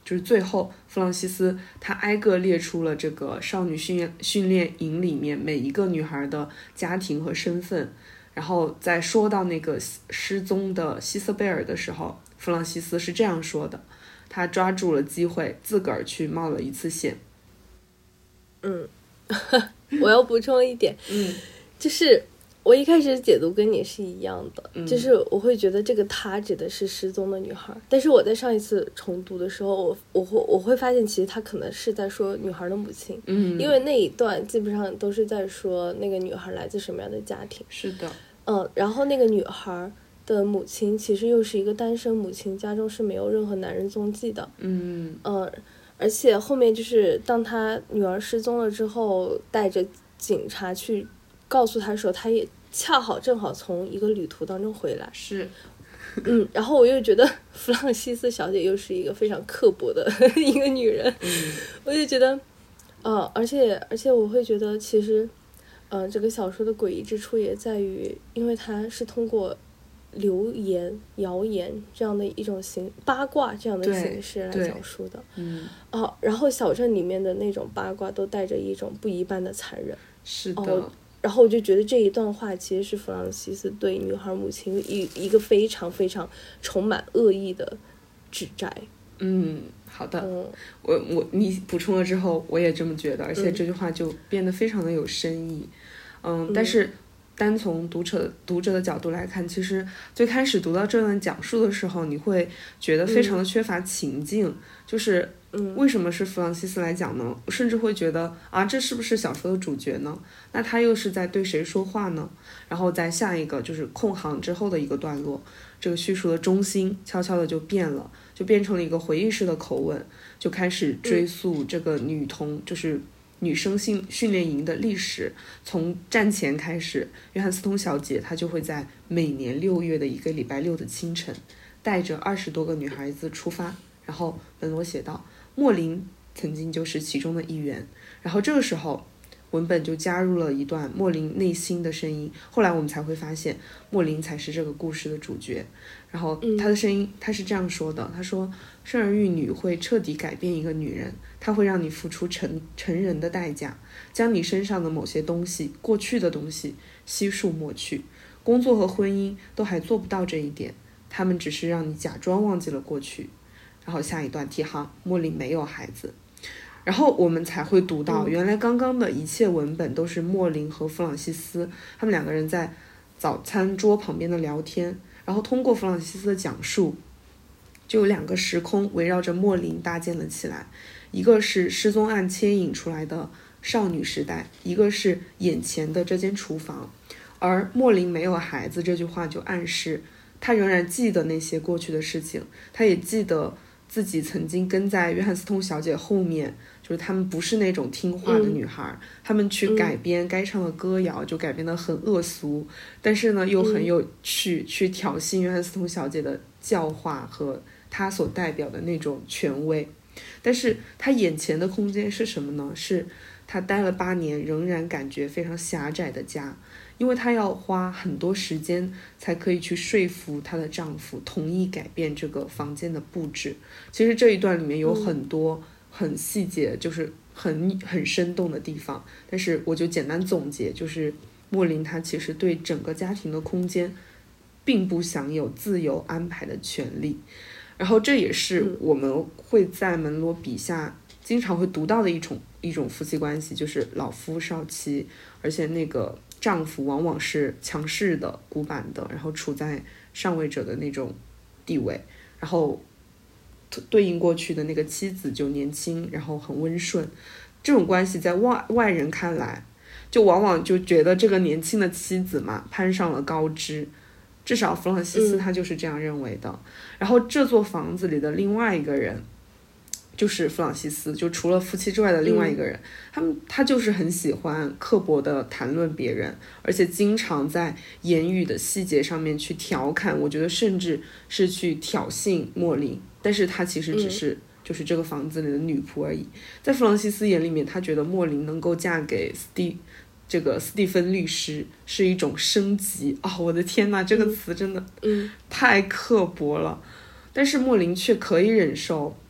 就是最后弗朗西斯他挨个列出了这个少女训练训练营里面每一个女孩的家庭和身份，然后在说到那个失踪的希瑟贝尔的时候，弗朗西斯是这样说的，他抓住了机会自个儿去冒了一次险。 嗯我要补充一点， 嗯， 就是我一开始解读跟你是一样的， 嗯、 就是我会觉得这个她指的是失踪的女孩，但是我在上一次重读的时候，我我会我会发现其实她可能是在说女孩的母亲， 嗯， 因为那一段基本上都是在说那个女孩来自什么样的家庭。 是的， 嗯，然后那个女孩的母亲其实又是一个单身母亲，家中是没有任何男人踪迹的。 嗯嗯，而且后面就是当她女儿失踪了之后，带着警察去告诉她的时候，她也恰好正好从一个旅途当中回来。 是， 嗯，然后我又觉得弗朗西斯小姐又是一个非常刻薄的一个女人， 嗯， 我就觉得，呃，而且而且我会觉得其实，呃，这个小说的诡异之处也在于，因为它是通过流言、谣言这样的一种形八卦这样的形式来讲述的。 嗯， 哦，然后小镇里面的那种八卦都带着一种不一般的残忍。 是的。 哦，然后我就觉得这一段话其实是弗朗西斯对女孩母亲一一个非常非常充满恶意的指摘。 嗯，好的， 嗯， 我我你补充了之后，我也这么觉得，而且嗯这句话就变得非常的有深意。嗯， 嗯但是单从读者读者的角度来看，其实最开始读到这段讲述的时候，你会觉得非常的缺乏情境，嗯、就是嗯， 为什么是弗朗西斯来讲呢？我甚至会觉得啊，这是不是小说的主角呢？那他又是在对谁说话呢？然后在下一个就是空行之后的一个段落，这个叙述的中心悄悄的就变了，就变成了一个回忆式的口吻，就开始追溯这个女童，嗯、就是女生训训练营的历史。从战前开始，约翰斯通小姐她就会在每年六月的一个礼拜六的清晨，带着二十多个女孩子出发。然后门罗写道，莫林曾经就是其中的一员。然后这个时候文本就加入了一段莫林内心的声音，后来我们才会发现莫林才是这个故事的主角。然后他的声音，他是这样说的，他说生儿育女会彻底改变一个女人，它会让你付出成成人的代价，将你身上的某些东西，过去的东西悉数抹去。工作和婚姻都还做不到这一点，他们只是让你假装忘记了过去。然后下一段题哈，莫林没有孩子。然后我们才会读到，原来刚刚的一切文本都是莫林和弗朗西斯他们两个人在早餐桌旁边的聊天，然后通过弗朗西斯的讲述，就有两个时空围绕着莫林搭建了起来，一个是失踪案牵引出来的少女时代，一个是眼前的这间厨房。而莫林没有孩子这句话就暗示他仍然记得那些过去的事情，他也记得自己曾经跟在约翰斯通小姐后面，就是他们不是那种听话的女孩，嗯、他们去改编该唱的歌谣，就改编得很恶俗，但是呢又很有趣，嗯、去挑衅约翰斯通小姐的教化和她所代表的那种权威。但是她眼前的空间是什么呢？是她待了八年仍然感觉非常狭窄的家，因为她要花很多时间才可以去说服她的丈夫同意改变这个房间的布置。其实这一段里面有很多很细节，就是很很生动的地方，但是我就简单总结，就是莫林她其实对整个家庭的空间并不享有自由安排的权利。然后这也是我们会在门罗笔下经常会读到的一种一种夫妻关系，就是老夫少妻，而且那个丈夫往往是强势的、古板的，然后处在上位者的那种地位，然后对应过去的那个妻子就年轻，然后很温顺。这种关系在外外人看来，就往往就觉得这个年轻的妻子嘛攀上了高枝，至少弗朗西斯他就是这样认为的。嗯、然后这座房子里的另外一个人就是弗朗西斯，就除了夫妻之外的另外一个人，嗯、他们他就是很喜欢刻薄的谈论别人，而且经常在言语的细节上面去调侃，我觉得甚至是去挑衅莫林，但是他其实只是就是这个房子里的女仆而已。在弗朗西斯眼里面，他觉得莫林能够嫁给斯蒂这个斯蒂芬律师是一种升级啊、哦！我的天哪，这个词真的太刻薄了。但是莫林却可以忍受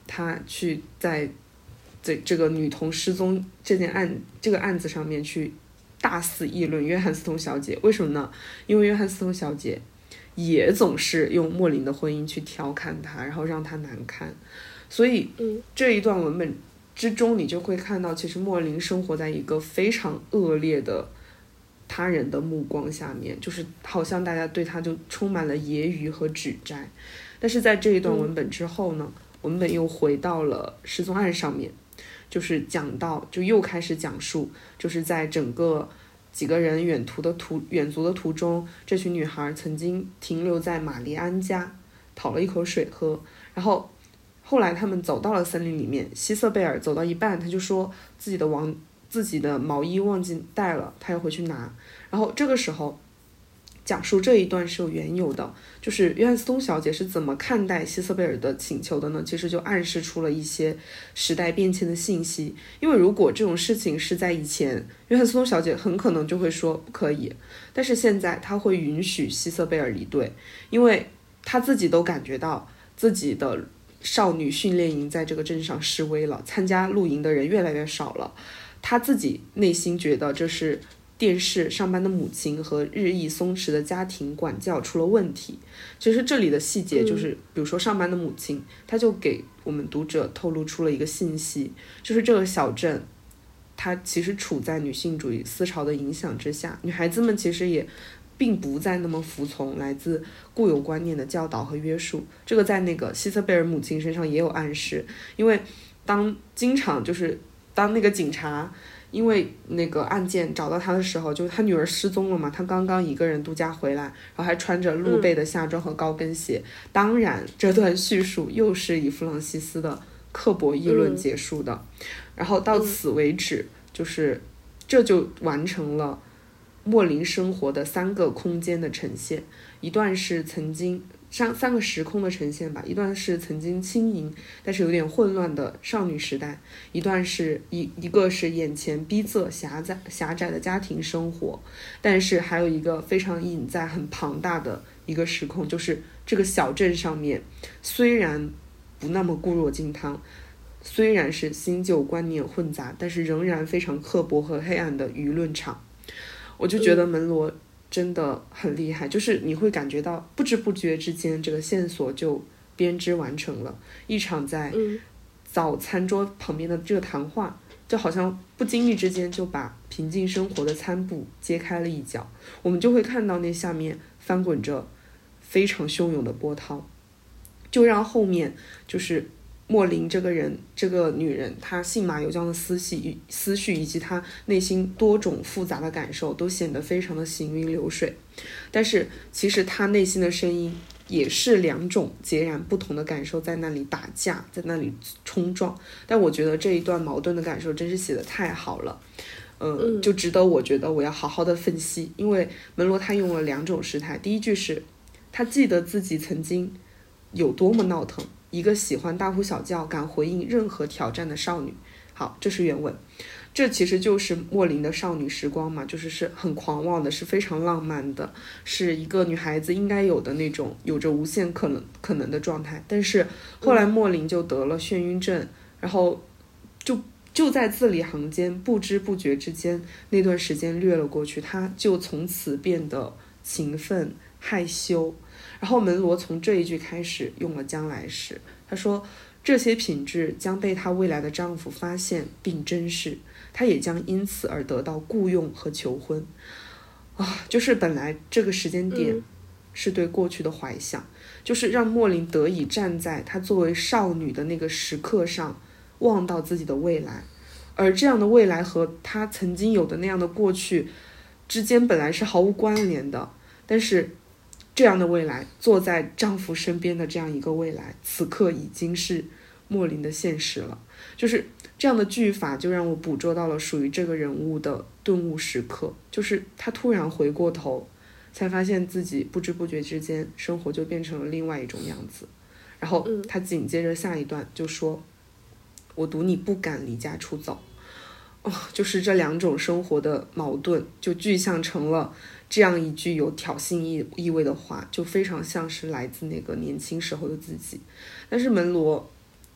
他去在这这个女童失踪这件案这个案子上面去大肆议论约翰斯通小姐。为什么呢？因为约翰斯通小姐也总是用莫林的婚姻去调侃她，然后让她难堪。所以这一段文本之中，你就会看到其实莫林生活在一个非常恶劣的他人的目光下面，就是好像大家对他就充满了揶揄和指摘。但是在这一段文本之后呢，文本又回到了失踪案上面，就是讲到就又开始讲述，就是在整个几个人远途的途远足的途中，这群女孩曾经停留在玛丽安家讨了一口水喝，然后后来他们走到了森林里面，希瑟贝尔走到一半，他就说自己的王自己的毛衣忘记带了，他要回去拿。然后这个时候讲述这一段是有缘由的，就是约翰斯通小姐是怎么看待希瑟贝尔的请求的呢？其实就暗示出了一些时代变迁的信息。因为如果这种事情是在以前，约翰斯通小姐很可能就会说不可以，但是现在她会允许希瑟贝尔离队，因为她自己都感觉到自己的少女训练营在这个镇上示威了，参加露营的人越来越少了，她自己内心觉得这是电视上班的母亲和日益松弛的家庭管教出了问题。其实这里的细节就是、嗯、比如说上班的母亲，她就给我们读者透露出了一个信息，就是这个小镇它其实处在女性主义思潮的影响之下，女孩子们其实也并不再那么服从来自固有观念的教导和约束。这个在那个希瑟贝尔母亲身上也有暗示，因为当经常就是当那个警察因为那个案件找到他的时候，就他女儿失踪了嘛，他刚刚一个人度假回来，然后还穿着露背的夏装和高跟鞋、嗯、当然这段叙述又是以弗朗西斯的刻薄议论结束的、嗯、然后到此为止、嗯、就是这就完成了莫林生活的三个空间的呈现，一段是曾经三三个时空的呈现吧，一段是曾经轻盈但是有点混乱的少女时代，一段是一一个是眼前逼仄狭窄狭窄的家庭生活，但是还有一个非常隐在很庞大的一个时空，就是这个小镇上面虽然不那么固若金汤，虽然是新旧观念混杂，但是仍然非常刻薄和黑暗的舆论场。我就觉得门罗真的很厉害、嗯、就是你会感觉到不知不觉之间这个线索就编织完成了，一场在早餐桌旁边的这个谈话、嗯、就好像不经意之间就把平静生活的餐布揭开了一角，我们就会看到那下面翻滚着非常汹涌的波涛，就让后面就是莫林这个人这个女人她信马由缰的思绪思绪以及她内心多种复杂的感受都显得非常的行云流水，但是其实她内心的声音也是两种截然不同的感受在那里打架，在那里冲撞。但我觉得这一段矛盾的感受真是写得太好了，呃、嗯，就值得我觉得我要好好的分析。因为门罗他用了两种时态，第一句是他记得自己曾经有多么闹腾，一个喜欢大呼小叫敢回应任何挑战的少女。好，这是原文，这其实就是莫林的少女时光嘛，就是是很狂妄的，是非常浪漫的，是一个女孩子应该有的那种有着无限可能可能的状态。但是后来莫林就得了眩晕症，然后就就在字里行间不知不觉之间那段时间掠了过去，他就从此变得勤奋害羞。然后门罗从这一句开始用了将来时，他说这些品质将被她未来的丈夫发现并珍视，她也将因此而得到雇佣和求婚啊！就是本来这个时间点是对过去的怀想、嗯、就是让莫林得以站在她作为少女的那个时刻上望到自己的未来，而这样的未来和她曾经有的那样的过去之间本来是毫无关联的，但是这样的未来，坐在丈夫身边的这样一个未来，此刻已经是莫林的现实了。就是这样的句法就让我捕捉到了属于这个人物的顿悟时刻，就是他突然回过头，才发现自己不知不觉之间生活就变成了另外一种样子。然后他紧接着下一段就说、嗯、我赌你不敢离家出走、哦、就是这两种生活的矛盾就具象成了这样一句有挑衅意意味的话，就非常像是来自那个年轻时候的自己。但是门罗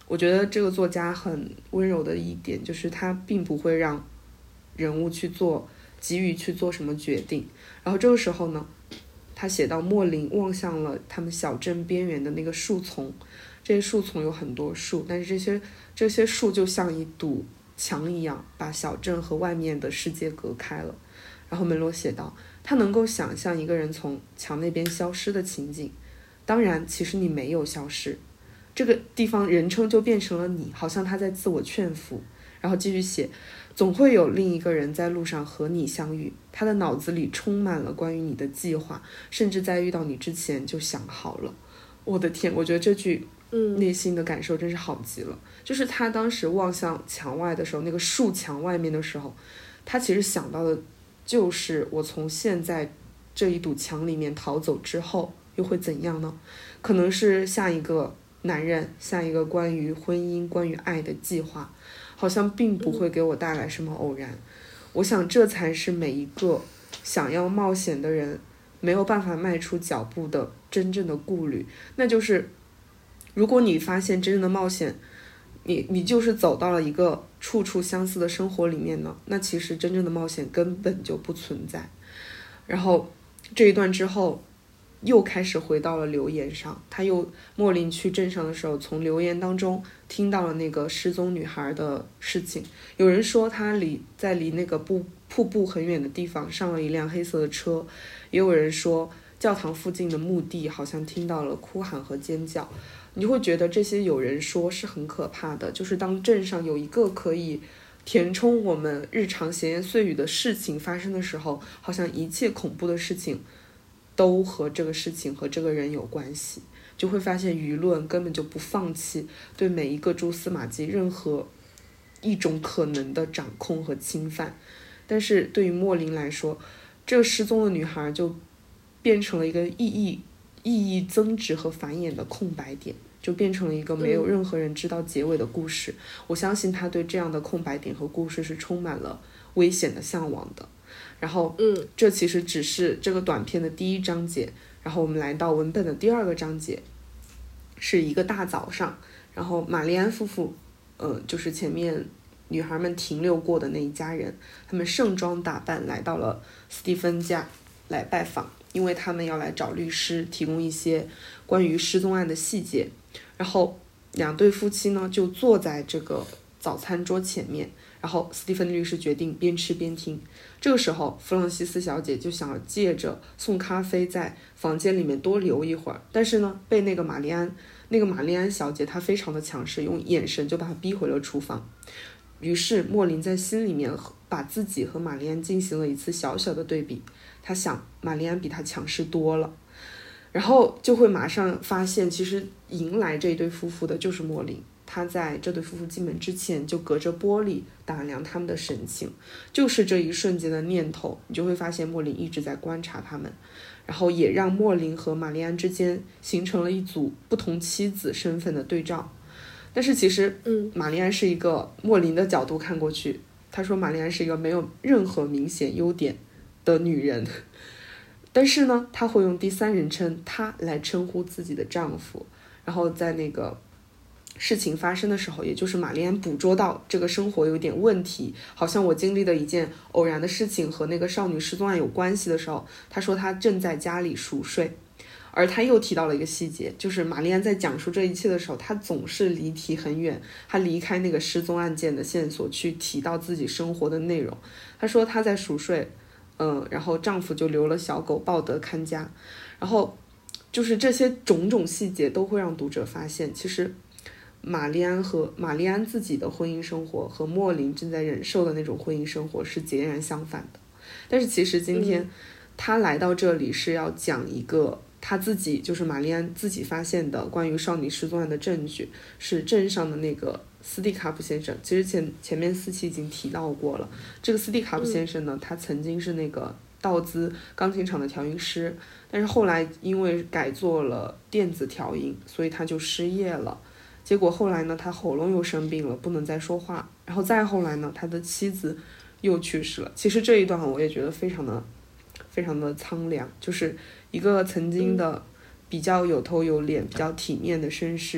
我觉得这个作家很温柔的一点就是他并不会让人物去做急于去做什么决定。然后这个时候呢，他写到莫林望向了他们小镇边缘的那个树丛，这些树丛有很多树，但是这些这些树就像一堵墙一样，把小镇和外面的世界隔开了。然后门罗写道，他能够想象一个人从墙那边消失的情景，当然其实你没有消失，这个地方人称就变成了你，好像他在自我劝服。然后继续写，总会有另一个人在路上和你相遇，他的脑子里充满了关于你的计划，甚至在遇到你之前就想好了。我的天，我觉得这句内心的感受真是好极了、嗯、就是他当时望向墙外的时候，那个树墙外面的时候，他其实想到的就是我从现在这一堵墙里面逃走之后又会怎样呢？可能是下一个男人，下一个关于婚姻关于爱的计划，好像并不会给我带来什么偶然。我想这才是每一个想要冒险的人没有办法迈出脚步的真正的顾虑，那就是如果你发现真正的冒险你你就是走到了一个处处相似的生活里面呢，那其实真正的冒险根本就不存在。然后这一段之后又开始回到了留言上，他又莫林去镇上的时候，从留言当中听到了那个失踪女孩的事情。有人说他离在离那个瀑瀑布很远的地方上了一辆黑色的车，也有人说教堂附近的墓地好像听到了哭喊和尖叫。你就会觉得这些有人说是很可怕的，就是当镇上有一个可以填充我们日常闲言碎语的事情发生的时候，好像一切恐怖的事情都和这个事情和这个人有关系，就会发现舆论根本就不放弃对每一个蛛丝马迹任何一种可能的掌控和侵犯。但是对于莫林来说，这个失踪的女孩就变成了一个意义意义增值和繁衍的空白点，就变成了一个没有任何人知道结尾的故事、嗯、我相信他对这样的空白点和故事是充满了危险的向往的。然后嗯，这其实只是这个短片的第一章节，然后我们来到文本的第二个章节，是一个大早上，然后玛丽安夫妇呃，就是前面女孩们停留过的那一家人，他们盛装打扮来到了斯蒂芬家来拜访，因为他们要来找律师提供一些关于失踪案的细节。然后两对夫妻呢就坐在这个早餐桌前面，然后斯蒂芬律师决定边吃边听。这个时候弗朗西斯小姐就想要借着送咖啡在房间里面多留一会儿，但是呢被那个玛丽安那个玛丽安小姐她非常的强势，用眼神就把她逼回了厨房。于是莫林在心里面把自己和玛丽安进行了一次小小的对比，他想玛丽安比他强势多了，然后就会马上发现其实迎来这一对夫妇的就是莫林。他在这对夫妇进门之前就隔着玻璃打量他们的神情，就是这一瞬间的念头，你就会发现莫林一直在观察他们，然后也让莫林和玛丽安之间形成了一组不同妻子身份的对照。但是其实嗯，玛丽安是一个莫林的角度看过去，他说玛丽安是一个没有任何明显优点的女人，但是呢她会用第三人称她来称呼自己的丈夫。然后在那个事情发生的时候，也就是玛丽安捕捉到这个生活有点问题，好像我经历的一件偶然的事情和那个少女失踪案有关系的时候，她说她正在家里熟睡。而她又提到了一个细节，就是玛丽安在讲述这一切的时候，她总是离题很远，她离开那个失踪案件的线索去提到自己生活的内容。她说她在熟睡，嗯，然后丈夫就留了小狗抱得看家，然后就是这些种种细节都会让读者发现，其实玛丽安和玛丽安自己的婚姻生活和莫林正在忍受的那种婚姻生活是截然相反的。但是其实今天、嗯、他来到这里是要讲一个他自己就是玛丽安自己发现的关于少女失踪案的证据，是镇上的那个斯蒂卡普先生。其实前前面四期已经提到过了，这个斯蒂卡普先生呢、嗯、他曾经是那个道兹钢琴厂的调音师，但是后来因为改做了电子调音，所以他就失业了。结果后来呢他喉咙又生病了，不能再说话，然后再后来呢他的妻子又去世了。其实这一段我也觉得非常的非常的苍凉，就是一个曾经的比较有头有脸比较体面的绅士，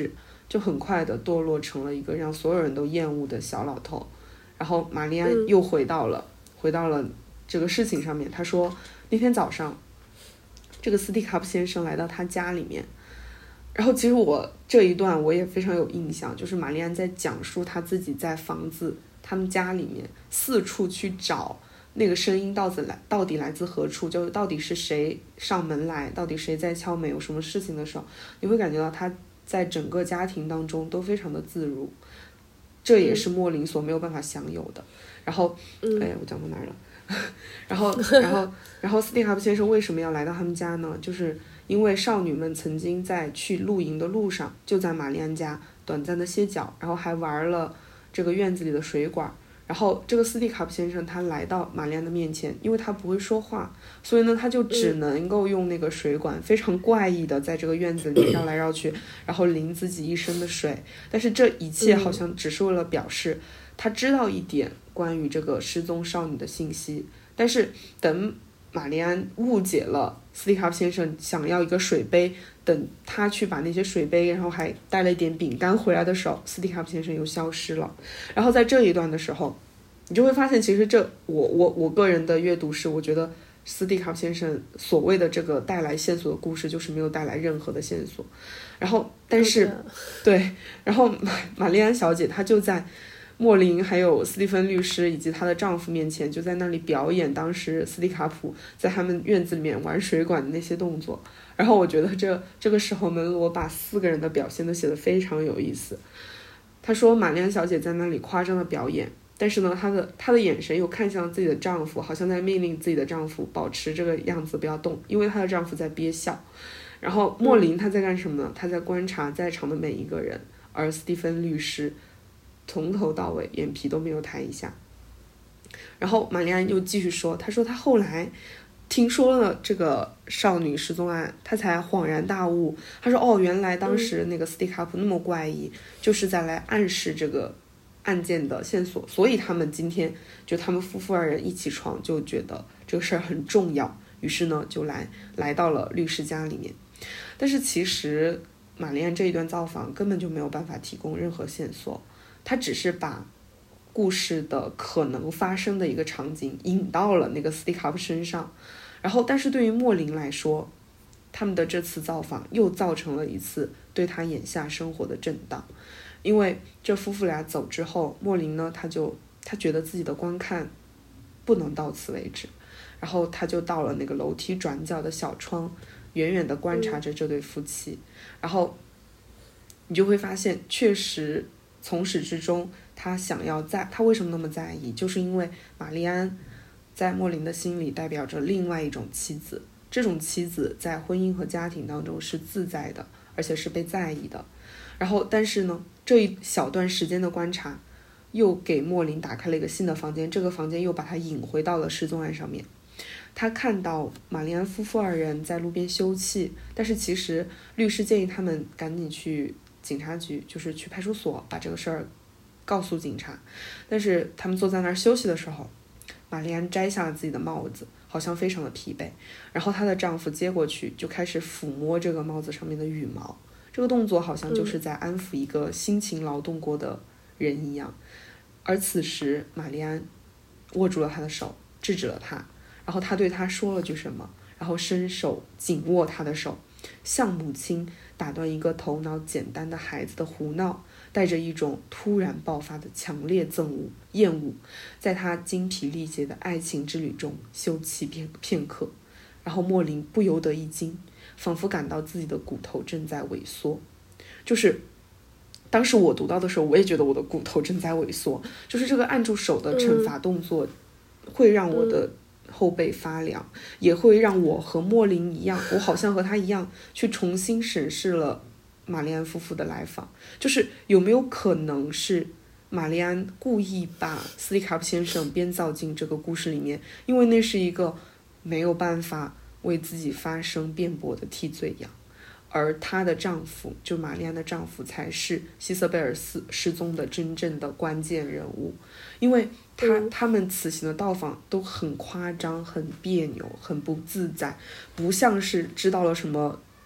就很快的堕落成了一个让所有人都厌恶的小老头。然后玛丽安又回到了、嗯、回到了这个事情上面。他说那天早上这个斯蒂卡普先生来到他家里面，然后其实我这一段我也非常有印象，就是玛丽安在讲述他自己在房子他们家里面四处去找那个声音到底来到底来自何处，就是到底是谁上门来，到底谁在敲门，有什么事情的时候，你会感觉到他在整个家庭当中都非常的自如，这也是莫林所没有办法享有的。然后哎，我讲到哪儿了？然后然后然后斯蒂卡普先生为什么要来到他们家呢？就是因为少女们曾经在去露营的路上就在玛丽安家短暂的歇脚，然后还玩了这个院子里的水管。然后这个斯蒂卡普先生他来到玛丽安的面前，因为他不会说话，所以呢他就只能够用那个水管非常怪异的在这个院子里绕来绕去，然后淋自己一身的水。但是这一切好像只是为了表示他知道一点关于这个失踪少女的信息。但是等玛丽安误解了斯蒂卡普先生想要一个水杯，等他去把那些水杯然后还带了一点饼干回来的时候，斯蒂卡普先生又消失了。然后在这一段的时候你就会发现，其实这我我我个人的阅读是，我觉得斯蒂卡普先生所谓的这个带来线索的故事就是没有带来任何的线索。然后但是、okay. 对，然后玛玛丽安小姐她就在莫林还有斯蒂芬律师以及她的丈夫面前就在那里表演当时斯蒂卡普在他们院子里面玩水管的那些动作。然后我觉得这这个时候门罗把四个人的表现都写得非常有意思。他说玛丽安小姐在那里夸张的表演，但是呢她的她的眼神又看向自己的丈夫，好像在命令自己的丈夫保持这个样子不要动，因为她的丈夫在憋笑。然后莫林他在干什么呢？他在观察在场的每一个人，而斯蒂芬律师从头到尾眼皮都没有抬一下。然后玛丽安又继续说，她说她后来听说了这个少女失踪案，她才恍然大悟。她说哦，原来当时那个斯蒂卡普那么怪异，就是在来暗示这个案件的线索，所以他们今天就他们夫妇二人一起床就觉得这个事儿很重要，于是呢就来来到了律师家里面。但是其实玛丽安这一段造访根本就没有办法提供任何线索，她只是把故事的可能发生的一个场景引到了那个斯蒂卡普身上。然后但是对于莫林来说，他们的这次造访又造成了一次对他眼下生活的震荡。因为这夫妇俩走之后，莫林呢他就他觉得自己的观看不能到此为止，然后他就到了那个楼梯转角的小窗，远远地观察着这对夫妻。然后你就会发现确实从始至终他想要在他为什么那么在意，就是因为玛丽安在莫林的心里代表着另外一种妻子，这种妻子在婚姻和家庭当中是自在的，而且是被在意的。然后但是呢这一小段时间的观察又给莫林打开了一个新的房间，这个房间又把他引回到了失踪案上面。他看到玛丽安夫妇二人在路边休憩，但是其实律师建议他们赶紧去警察局，就是去派出所把这个事儿告诉警察。但是他们坐在那儿休息的时候，玛丽安摘下了自己的帽子，好像非常的疲惫，然后她的丈夫接过去就开始抚摸这个帽子上面的羽毛，这个动作好像就是在安抚一个辛勤劳动过的人一样。而此时玛丽安握住了他的手，制止了他，然后他对他说了句什么，然后伸手紧握他的手，像母亲打断一个头脑简单的孩子的胡闹，带着一种突然爆发的强烈憎恶厌恶，在他精疲力竭的爱情之旅中休憩片片刻。然后莫林不由得一惊，仿佛感到自己的骨头正在萎缩。就是当时我读到的时候，我也觉得我的骨头正在萎缩，就是这个按住手的惩罚动作会让我的后背发凉，嗯、也会让我和莫林一样，我好像和他一样去重新审视了玛丽安夫妇的来访。就是有没有可能是玛丽安故意把斯蒂卡普先生编造进这个故事里面，因为那是一个没有办法为自己发声辩驳的替罪羊，而她的丈夫，就玛丽安的丈夫，才是希瑟贝尔斯失踪的真正的关键人物。因为他、嗯、他们此行的到访都很夸张，很别扭，很不自在，不像是知道了什么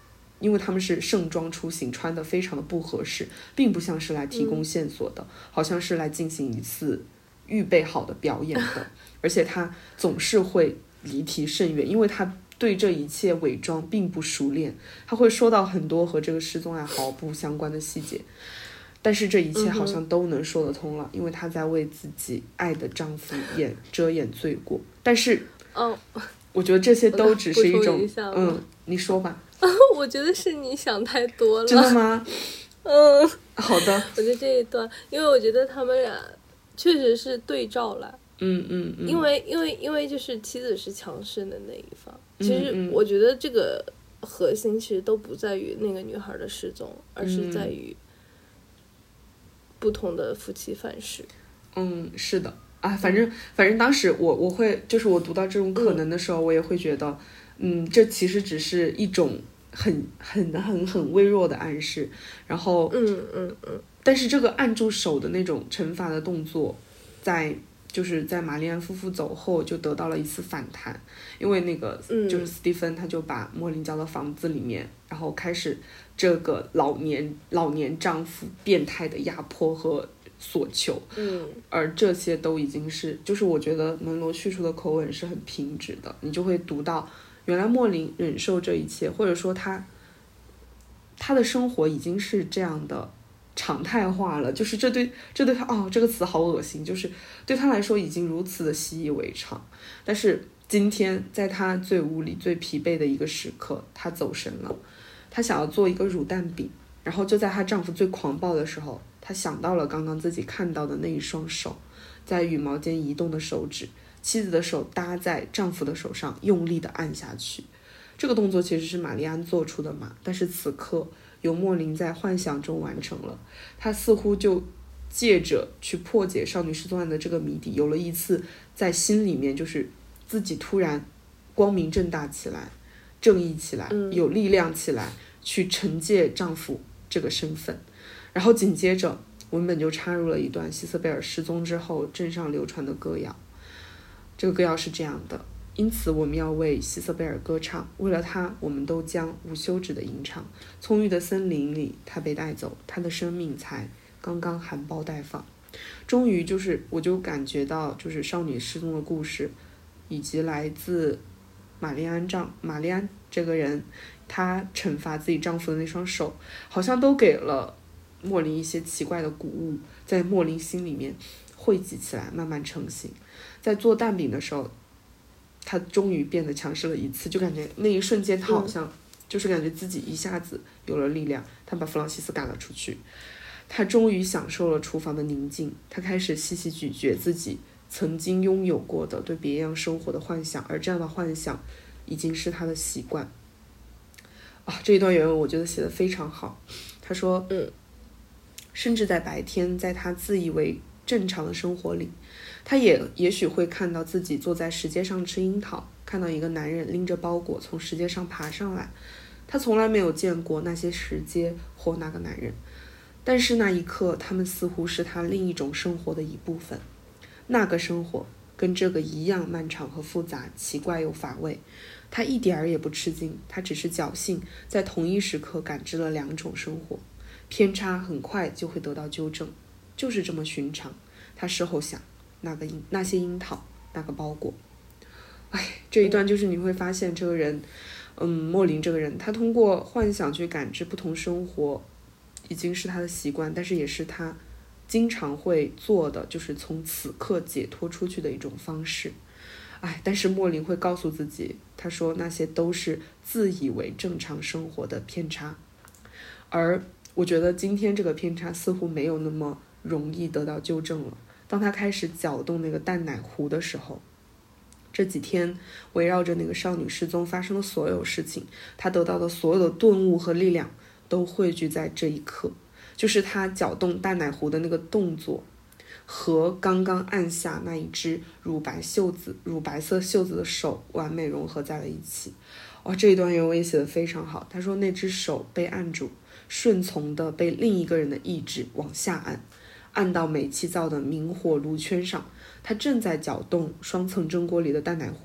因为他们是盛装出行，穿的非常的不合适，并不像是来提供线索的、嗯、好像是来进行一次预备好的表演的而且他总是会离题甚远，因为他对这一切伪装并不熟练，他会说到很多和这个失踪案毫不相关的细节，但是这一切好像都能说得通了、嗯、因为她在为自己爱的丈夫掩遮掩罪过。但是哦， 我觉得这些都只是一种一嗯，你说吧我觉得是你想太多了。 真的吗？ 嗯， 好的。 我觉得这一段，因为我觉得他们俩确实是对照了。 嗯嗯嗯， 因为因为因为就是妻子是强势的那一方，其实我觉得这个核心其实都不在于那个女孩的失踪，而是在于不同的夫妻范式。 嗯，是的啊，反正反正当时我我会就是我读到这种可能的时候，嗯、我也会觉得，嗯，这其实只是一种很很很很微弱的暗示，然后嗯嗯嗯， 但是这个按住手的那种惩罚的动作，在。就是在玛丽安夫妇走后就得到了一次反弹，因为那个就是斯蒂芬他就把莫林叫到房子里面，然后开始这个老年老年丈夫变态的压迫和索求， 嗯， 而这些都已经是就是我觉得门罗叙述的口吻是很平直的，你就会读到原来莫林忍受这一切，或者说他他的生活已经是这样的常态化了，就是这对这对他哦这个词好恶心，就是对他来说已经如此的习以为常。但是今天在他最无力最疲惫的一个时刻，他走神了，他想要做一个乳蛋饼，然后就在她丈夫最狂暴的时候，她想到了刚刚自己看到的那一双手在羽毛间移动的手指，妻子的手搭在丈夫的手上用力的按下去，这个动作其实是玛丽安做出的嘛，但是此刻由莫林在幻想中完成了，他似乎就借着去破解少女失踪案的这个谜底，有了一次在心里面就是自己突然光明正大起来，正义起来，有力量起来，去惩戒丈夫这个身份。然后紧接着文本就插入了一段希瑟贝尔失踪之后镇上流传的歌谣，这个歌谣是这样的：因此我们要为希瑟贝尔歌唱，为了他我们都将无休止的吟唱。葱郁的森林里他被带走，他的生命才刚刚含苞待放。终于就是我就感觉到就是少女失踪的故事，以及来自玛丽安丈玛丽安这个人她惩罚自己丈夫的那双手，好像都给了莫林一些奇怪的鼓舞，在莫林心里面汇集起来，慢慢成型。在做蛋饼的时候，他终于变得强势了一次，就感觉那一瞬间他好像就是感觉自己一下子有了力量，他把弗朗西斯赶了出去，他终于享受了厨房的宁静，他开始细细咀嚼自己曾经拥有过的对别样生活的幻想，而这样的幻想已经是他的习惯啊。这一段原文我觉得写得非常好，他说嗯， 甚至在白天，在他自以为正常的生活里，他也也许会看到自己坐在石阶上吃樱桃，看到一个男人拎着包裹从石阶上爬上来，他从来没有见过那些石阶或那个男人，但是那一刻他们似乎是他另一种生活的一部分。那个生活跟这个一样漫长和复杂，奇怪又乏味，他一点儿也不吃惊，他只是侥幸在同一时刻感知了两种生活，偏差很快就会得到纠正，就是这么寻常。他事后想，那个那些樱桃，那个包裹，哎，这一段就是你会发现这个人，嗯，莫林这个人，他通过幻想去感知不同生活，已经是他的习惯，但是也是他经常会做的，就是从此刻解脱出去的一种方式。哎，但是莫林会告诉自己，他说那些都是自以为正常生活的偏差，而我觉得今天这个偏差似乎没有那么容易得到纠正了。当他开始搅动那个淡奶壶的时候，这几天围绕着那个少女失踪发生的所有事情，他得到的所有的顿悟和力量都汇聚在这一刻，就是他搅动淡奶壶的那个动作和刚刚按下那一只乳白袖子乳白色袖子的手完美融合在了一起。哇，这一段原文也写得非常好，他说那只手被按住，顺从的被另一个人的意志往下按，按到煤气灶的明火炉圈上，他正在搅动双层蒸锅里的淡奶壶，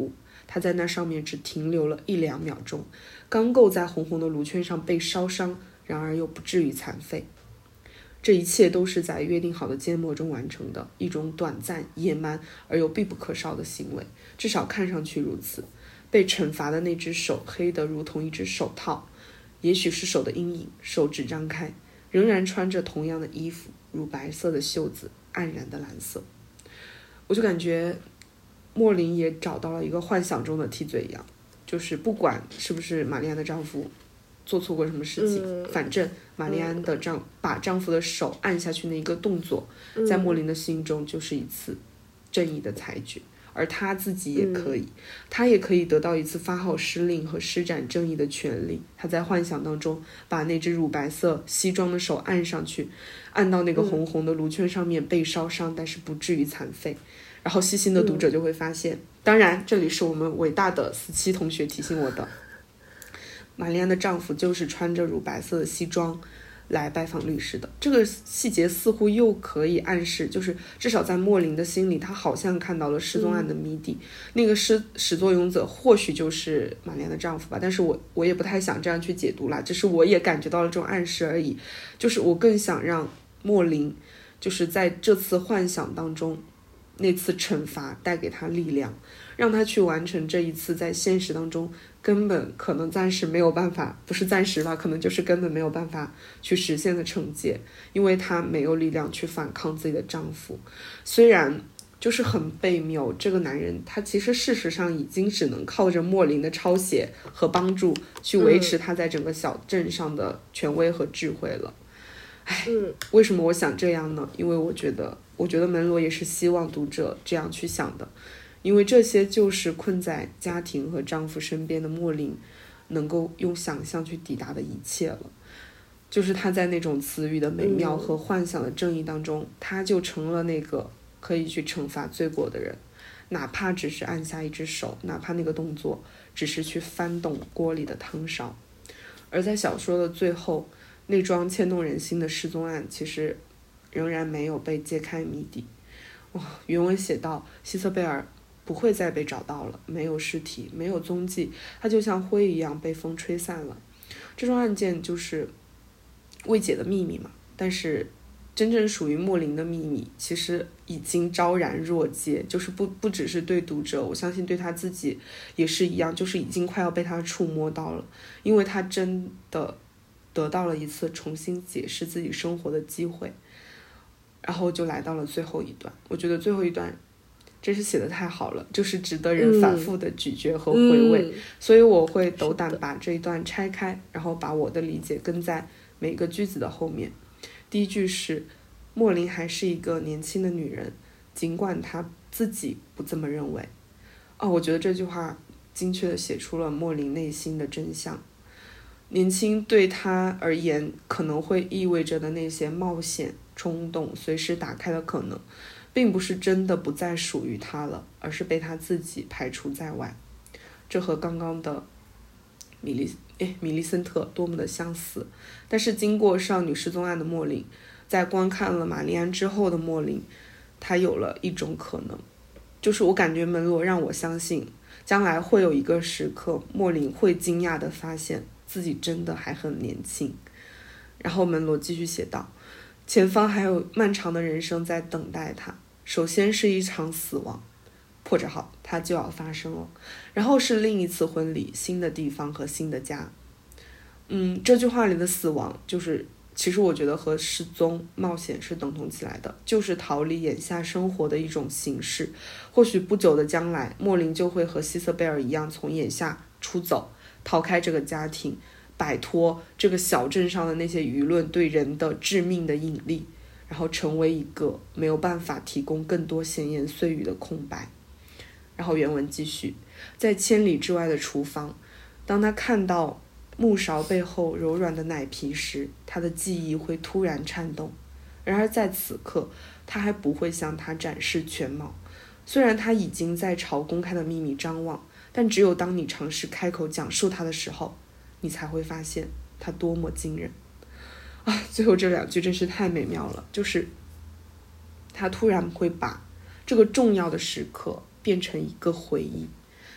他在那上面只停留了一两秒钟，刚够在红红的炉圈上被烧伤，然而又不至于残废。这一切都是在约定好的缄默中完成的，一种短暂、野蛮而又必不可少的行为，至少看上去如此。被惩罚的那只手黑得如同一只手套，也许是手的阴影，手指张开，仍然穿着同样的衣服，乳白色的袖子，黯然的蓝色。我就感觉莫林也找到了一个幻想中的替罪羊，就是不管是不是玛丽安的丈夫做错过什么事情、 嗯、 反正玛丽安的丈、嗯、把丈夫的手按下去那一个动作、嗯、在莫林的心中就是一次正义的裁决，而他自己也可以、嗯、他也可以得到一次发号施令和施展正义的权利。他在幻想当中把那只乳白色西装的手按上去，按到那个红红的炉圈上面，被烧伤但是不至于残废。然后细心的读者就会发现、嗯、当然这里是我们伟大的思琪同学提醒我的，玛丽安的丈夫就是穿着乳白色的西装来拜访律师的。这个细节似乎又可以暗示，就是至少在莫林的心里，他好像看到了失踪案的谜底、嗯、那个始始作俑者或许就是玛丽安的丈夫吧，但是我我也不太想这样去解读啦，只是我也感觉到了这种暗示而已。就是我更想让莫林就是在这次幻想当中，那次惩罚带给他力量，让他去完成这一次在现实当中根本可能暂时没有办法，不是暂时吧，可能就是根本没有办法去实现的惩戒，因为他没有力量去反抗自己的丈夫。虽然就是很被谬，这个男人他其实事实上已经只能靠着莫林的抄写和帮助去维持他在整个小镇上的权威和智慧了。唉，为什么我想这样呢？因为我觉得我觉得门罗也是希望读者这样去想的，因为这些就是困在家庭和丈夫身边的莫林能够用想象去抵达的一切了。就是他在那种词语的美妙和幻想的正义当中、嗯、他就成了那个可以去惩罚罪过的人，哪怕只是按下一只手，哪怕那个动作只是去翻动锅里的汤勺。而在小说的最后，那桩牵动人心的失踪案其实仍然没有被揭开谜底。哇，原文写道，希瑟贝尔不会再被找到了，没有尸体，没有踪迹，他就像灰一样被风吹散了。这桩案件就是未解的秘密嘛，但是真正属于莫林的秘密其实已经昭然若揭，就是不不只是对读者，我相信对他自己也是一样，就是已经快要被他触摸到了，因为他真的得到了一次重新解释自己生活的机会。然后就来到了最后一段，我觉得最后一段真是写得太好了，就是值得人反复的咀嚼和回味、嗯、所以我会斗胆把这一段拆开，然后把我的理解跟在每个句子的后面。第一句是，莫林还是一个年轻的女人，尽管她自己不这么认为。哦，我觉得这句话精确地写出了莫林内心的真相。年轻对他而言可能会意味着的那些冒险、冲动、随时打开的可能，并不是真的不再属于他了，而是被他自己排除在外。这和刚刚的米利诶米利森特多么的相似。但是经过少女失踪案的莫林，在观看了玛丽安之后的莫林，他有了一种可能，就是我感觉门罗让我相信，将来会有一个时刻，莫林会惊讶地发现自己真的还很年轻。然后门罗继续写道，前方还有漫长的人生在等待他，首先是一场死亡，破折号，它就要发生了，然后是另一次婚礼，新的地方和新的家。嗯，这句话里的死亡就是其实我觉得和失踪、冒险是等同起来的，就是逃离眼下生活的一种形式。或许不久的将来，莫林就会和希瑟贝尔一样从眼下出走，逃开这个家庭，摆脱这个小镇上的那些舆论对人的致命的引力，然后成为一个没有办法提供更多闲言碎语的空白。然后原文继续，在千里之外的厨房，当他看到木勺背后柔软的奶皮时，他的记忆会突然颤动。然而在此刻，他还不会向他展示全貌。虽然他已经在朝公开的秘密张望，但只有当你尝试开口讲述它的时候，你才会发现它多么惊人啊！最后这两句真是太美妙了，就是他突然会把这个重要的时刻变成一个回忆，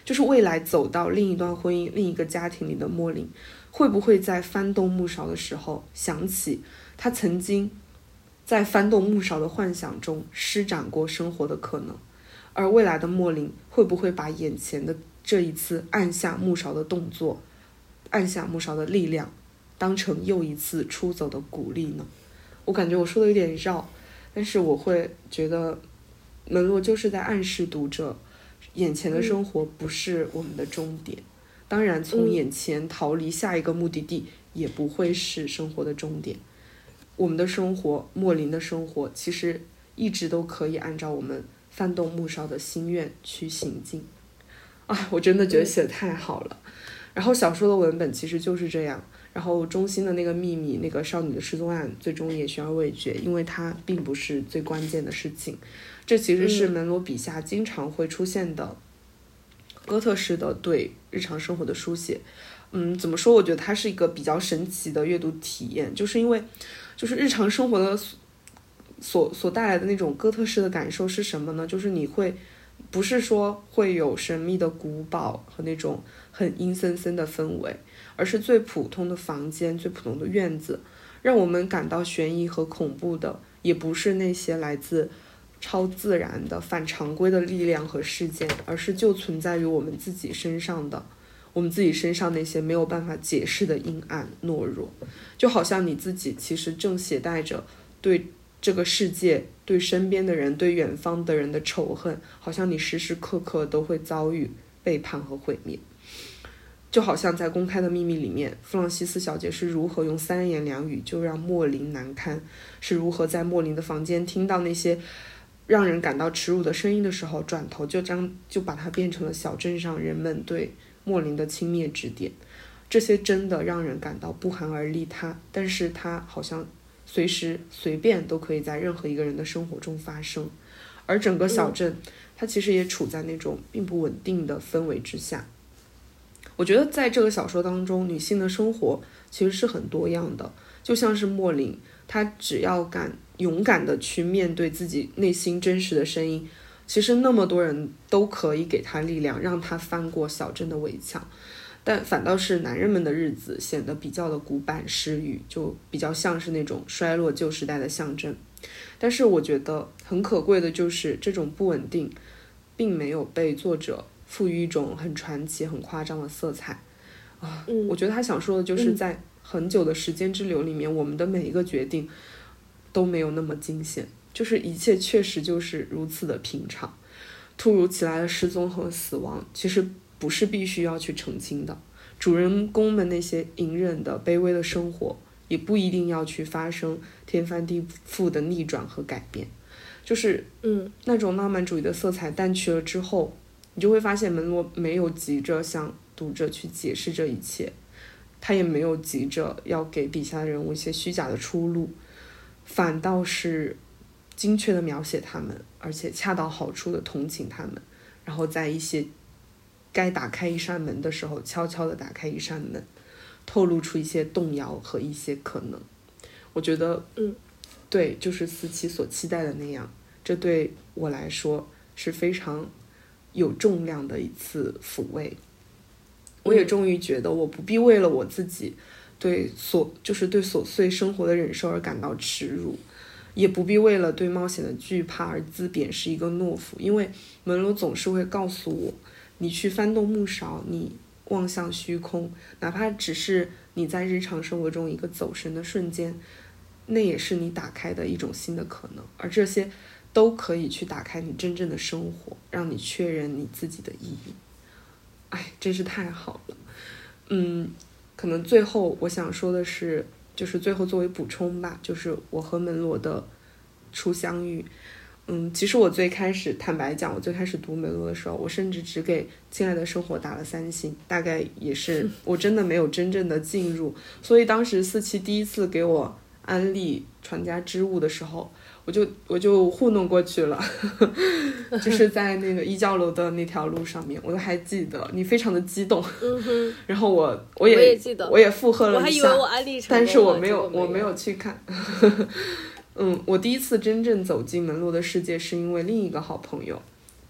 就是未来走到另一段婚姻、另一个家庭里的莫林，会不会在翻动木勺的时候想起他曾经在翻动木勺的幻想中施展过生活的可能？而未来的莫林会不会把眼前的这一次按下木勺的动作、按下木勺的力量当成又一次出走的鼓励呢？我感觉我说的有点绕，但是我会觉得门罗就是在暗示读者，眼前的生活不是我们的终点，嗯、当然从眼前逃离下一个目的地也不会是生活的终点。我们的生活，莫林的生活，其实一直都可以按照我们翻动木勺的心愿去行进。啊，我真的觉得写得太好了。然后小说的文本其实就是这样，然后中心的那个秘密，那个少女的失踪案最终也悬而未决，因为它并不是最关键的事情。这其实是门罗笔下经常会出现的哥特式的对日常生活的书写。嗯，怎么说？我觉得它是一个比较神奇的阅读体验，就是因为就是日常生活的所所带来的那种哥特式的感受是什么呢？就是你会不是说会有神秘的古堡和那种很阴森森的氛围，而是最普通的房间、最普通的院子。让我们感到悬疑和恐怖的也不是那些来自超自然的反常规的力量和事件，而是就存在于我们自己身上的我们自己身上那些没有办法解释的阴暗懦弱。就好像你自己其实正携带着对这个世界、对身边的人、对远方的人的仇恨，好像你时时刻刻都会遭遇背叛和毁灭。就好像在《公开的秘密》里面，弗朗西斯小姐是如何用三言两语就让莫林难堪，是如何在莫林的房间听到那些让人感到耻辱的声音的时候，转头就将就把它变成了小镇上人们对莫林的轻蔑指点。这些真的让人感到不寒而栗他，但是他好像随时随便都可以在任何一个人的生活中发生。而整个小镇、嗯、它其实也处在那种并不稳定的氛围之下。我觉得在这个小说当中，女性的生活其实是很多样的，就像是莫林，她只要敢勇敢的去面对自己内心真实的声音，其实那么多人都可以给她力量，让她翻过小镇的围墙。但反倒是男人们的日子显得比较的古板失语，就比较像是那种衰落旧时代的象征。但是我觉得很可贵的就是这种不稳定并没有被作者赋予一种很传奇很夸张的色彩啊、嗯，我觉得他想说的就是在很久的时间之流里面、嗯、我们的每一个决定都没有那么惊险，就是一切确实就是如此的平常。突如其来的失踪和死亡其实不是必须要去澄清的，主人公们那些隐忍的卑微的生活也不一定要去发生天翻地覆的逆转和改变。就是嗯，那种浪漫主义的色彩淡去了之后，你就会发现门罗没有急着向读者去解释这一切，他也没有急着要给笔下的人物一些虚假的出路，反倒是精确的描写他们，而且恰到好处的同情他们，然后在一些该打开一扇门的时候悄悄地打开一扇门，透露出一些动摇和一些可能。我觉得嗯，对，就是思琪所期待的那样，这对我来说是非常有重量的一次抚慰。我也终于觉得我不必为了我自己对琐就是对琐碎生活的忍受而感到耻辱，也不必为了对冒险的惧怕而自贬是一个懦夫。因为门罗总是会告诉我，你去翻动木勺，你望向虚空，哪怕只是你在日常生活中一个走神的瞬间，那也是你打开的一种新的可能，而这些都可以去打开你真正的生活，让你确认你自己的意义。哎，真是太好了。嗯，可能最后我想说的是，就是最后作为补充吧，就是我和门罗的初相遇。嗯，其实我最开始坦白讲，我最开始读门罗的时候，我甚至只给《亲爱的生活》打了三星，大概也是我真的没有真正的进入。所以当时四七第一次给我安利《传家之物》的时候，我就我就糊弄过去了就是在那个一教楼的那条路上面，我都还记得你非常的激动、嗯、哼然后我我也我也记得， 我也附和了一下， 我还以为我安利成功了， 但是我没有没有我没有去看嗯，我第一次真正走进门罗的世界是因为另一个好朋友，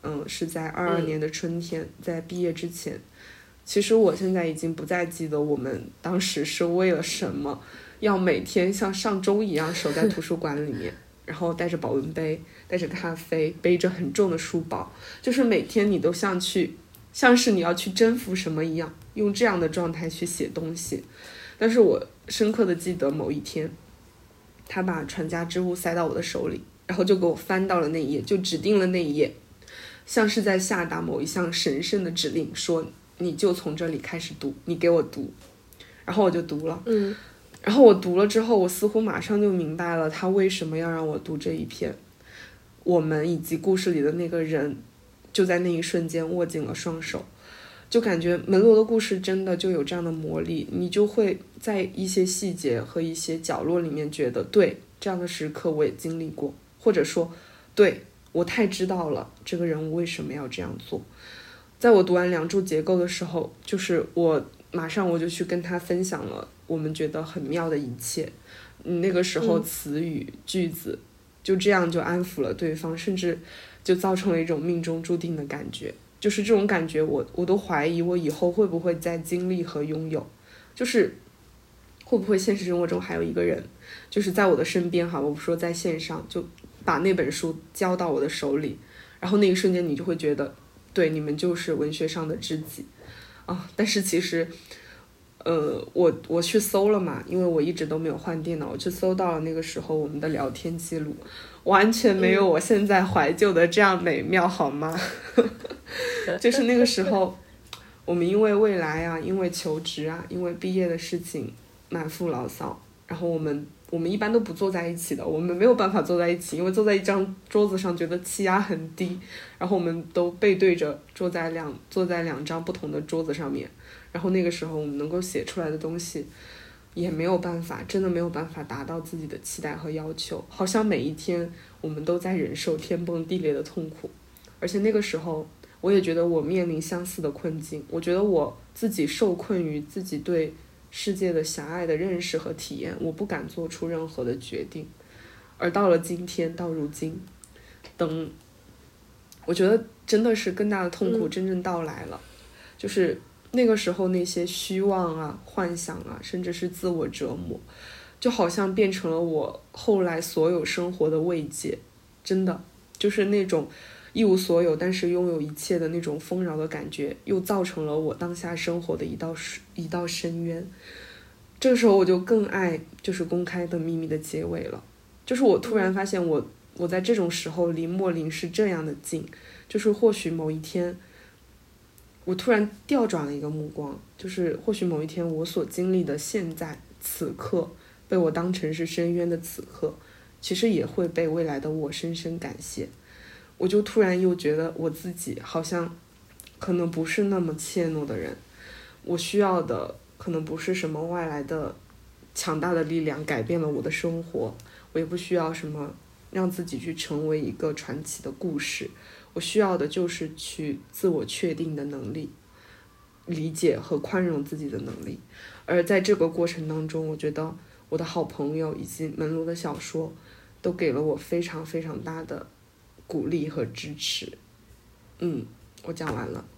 嗯，是在二二年的春天，在毕业之前。其实我现在已经不再记得我们当时是为了什么要每天像上周一样守在图书馆里面，然后带着保温杯，带着咖啡，背着很重的书包，就是每天你都像去像是你要去征服什么一样，用这样的状态去写东西。但是我深刻的记得某一天，他把传家之物塞到我的手里，然后就给我翻到了那一页，就指定了那一页，像是在下达某一项神圣的指令，说你就从这里开始读，你给我读。然后我就读了， 嗯， 然后我读了之后，我似乎马上就明白了他为什么要让我读这一篇。我们以及故事里的那个人就在那一瞬间握紧了双手，就感觉门罗的故事真的就有这样的魔力，你就会在一些细节和一些角落里面觉得，对，这样的时刻我也经历过，或者说对，我太知道了这个人物为什么要这样做。在我读完梁祝结构的时候，就是我马上我就去跟他分享了我们觉得很妙的一切，那个时候词语、嗯、句子就这样就安抚了对方，甚至就造成了一种命中注定的感觉。就是这种感觉我我都怀疑我以后会不会再经历和拥有，就是会不会现实生活中还有一个人就是在我的身边哈，我不说在线上，就把那本书交到我的手里，然后那一瞬间你就会觉得对，你们就是文学上的知己啊。但是其实呃，我我去搜了嘛，因为我一直都没有换电脑，我去搜到了那个时候我们的聊天记录，完全没有我现在怀旧的这样美妙，好吗？就是那个时候我们因为未来啊，因为求职啊，因为毕业的事情满腹牢骚，然后我们我们一般都不坐在一起的，我们没有办法坐在一起，因为坐在一张桌子上觉得气压很低，然后我们都背对着坐在两坐在两张不同的桌子上面，然后那个时候我们能够写出来的东西也没有办法，真的没有办法达到自己的期待和要求，好像每一天我们都在忍受天崩地裂的痛苦。而且那个时候我也觉得我面临相似的困境，我觉得我自己受困于自己对世界的狭隘的认识和体验，我不敢做出任何的决定。而到了今天，到如今，等我觉得真的是更大的痛苦真正到来了、嗯、就是那个时候那些虚妄啊、幻想啊，甚至是自我折磨，就好像变成了我后来所有生活的慰藉。真的就是那种一无所有但是拥有一切的那种丰饶的感觉，又造成了我当下生活的一道一道深渊。这个时候我就更爱就是公开的秘密的结尾了，就是我突然发现我我在这种时候离莫林是这样的近，就是或许某一天我突然调转了一个目光，就是或许某一天我所经历的现在此刻被我当成是深渊的此刻，其实也会被未来的我深深感谢。我就突然又觉得我自己好像可能不是那么怯懦的人，我需要的可能不是什么外来的强大的力量改变了我的生活，我也不需要什么让自己去成为一个传奇的故事，我需要的就是去自我确定的能力，理解和宽容自己的能力。而在这个过程当中，我觉得我的好朋友以及门罗的小说都给了我非常非常大的鼓励和支持。嗯，我讲完了。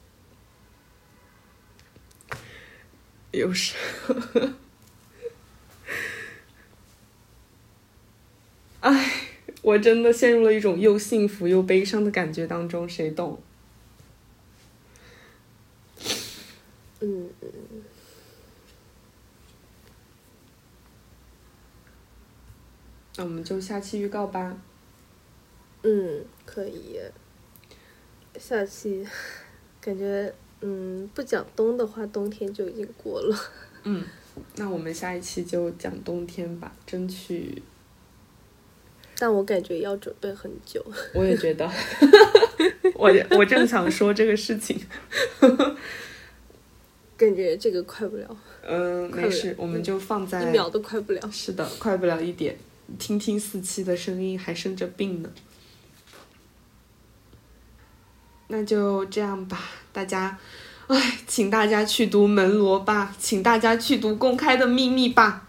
又是唉，我真的陷入了一种又幸福又悲伤的感觉当中，谁懂？ 嗯， 那我们就下期预告吧。 嗯，可以。下期感觉嗯不讲冬的话，冬天就已经过了。 嗯，那我们下一期就讲冬天吧，争取。 但我感觉要准备很久。 我也觉得。我我正想说这个事情。 感觉这个快不了。 嗯，没事，我们就放在一秒都快不了。 是的，快不了一点。听听四期的声音，还生着病呢。那就这样吧，大家，哎，请大家去读门罗吧，请大家去读公开的秘密吧。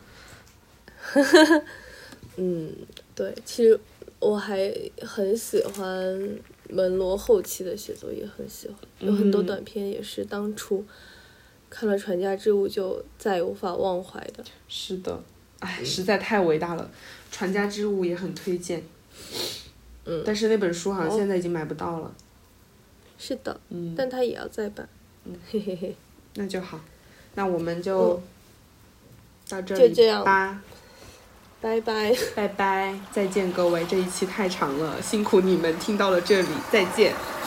嗯，对，其实我还很喜欢门罗后期的写作也很喜欢，有很多短篇也是当初看了《传家之物》就再也无法忘怀的。 是的，哎，实在太伟大了，《传家之物》也很推荐。 嗯， 但是那本书好像现在已经买不到了。哦、 是的， 嗯， 但它也要再版。 嗯， 嘿嘿嘿， 那就好，那我们就、嗯、到这里就这样吧。 拜拜， 拜拜，再见各位，这一期太长了，辛苦你们听到了这里，再见。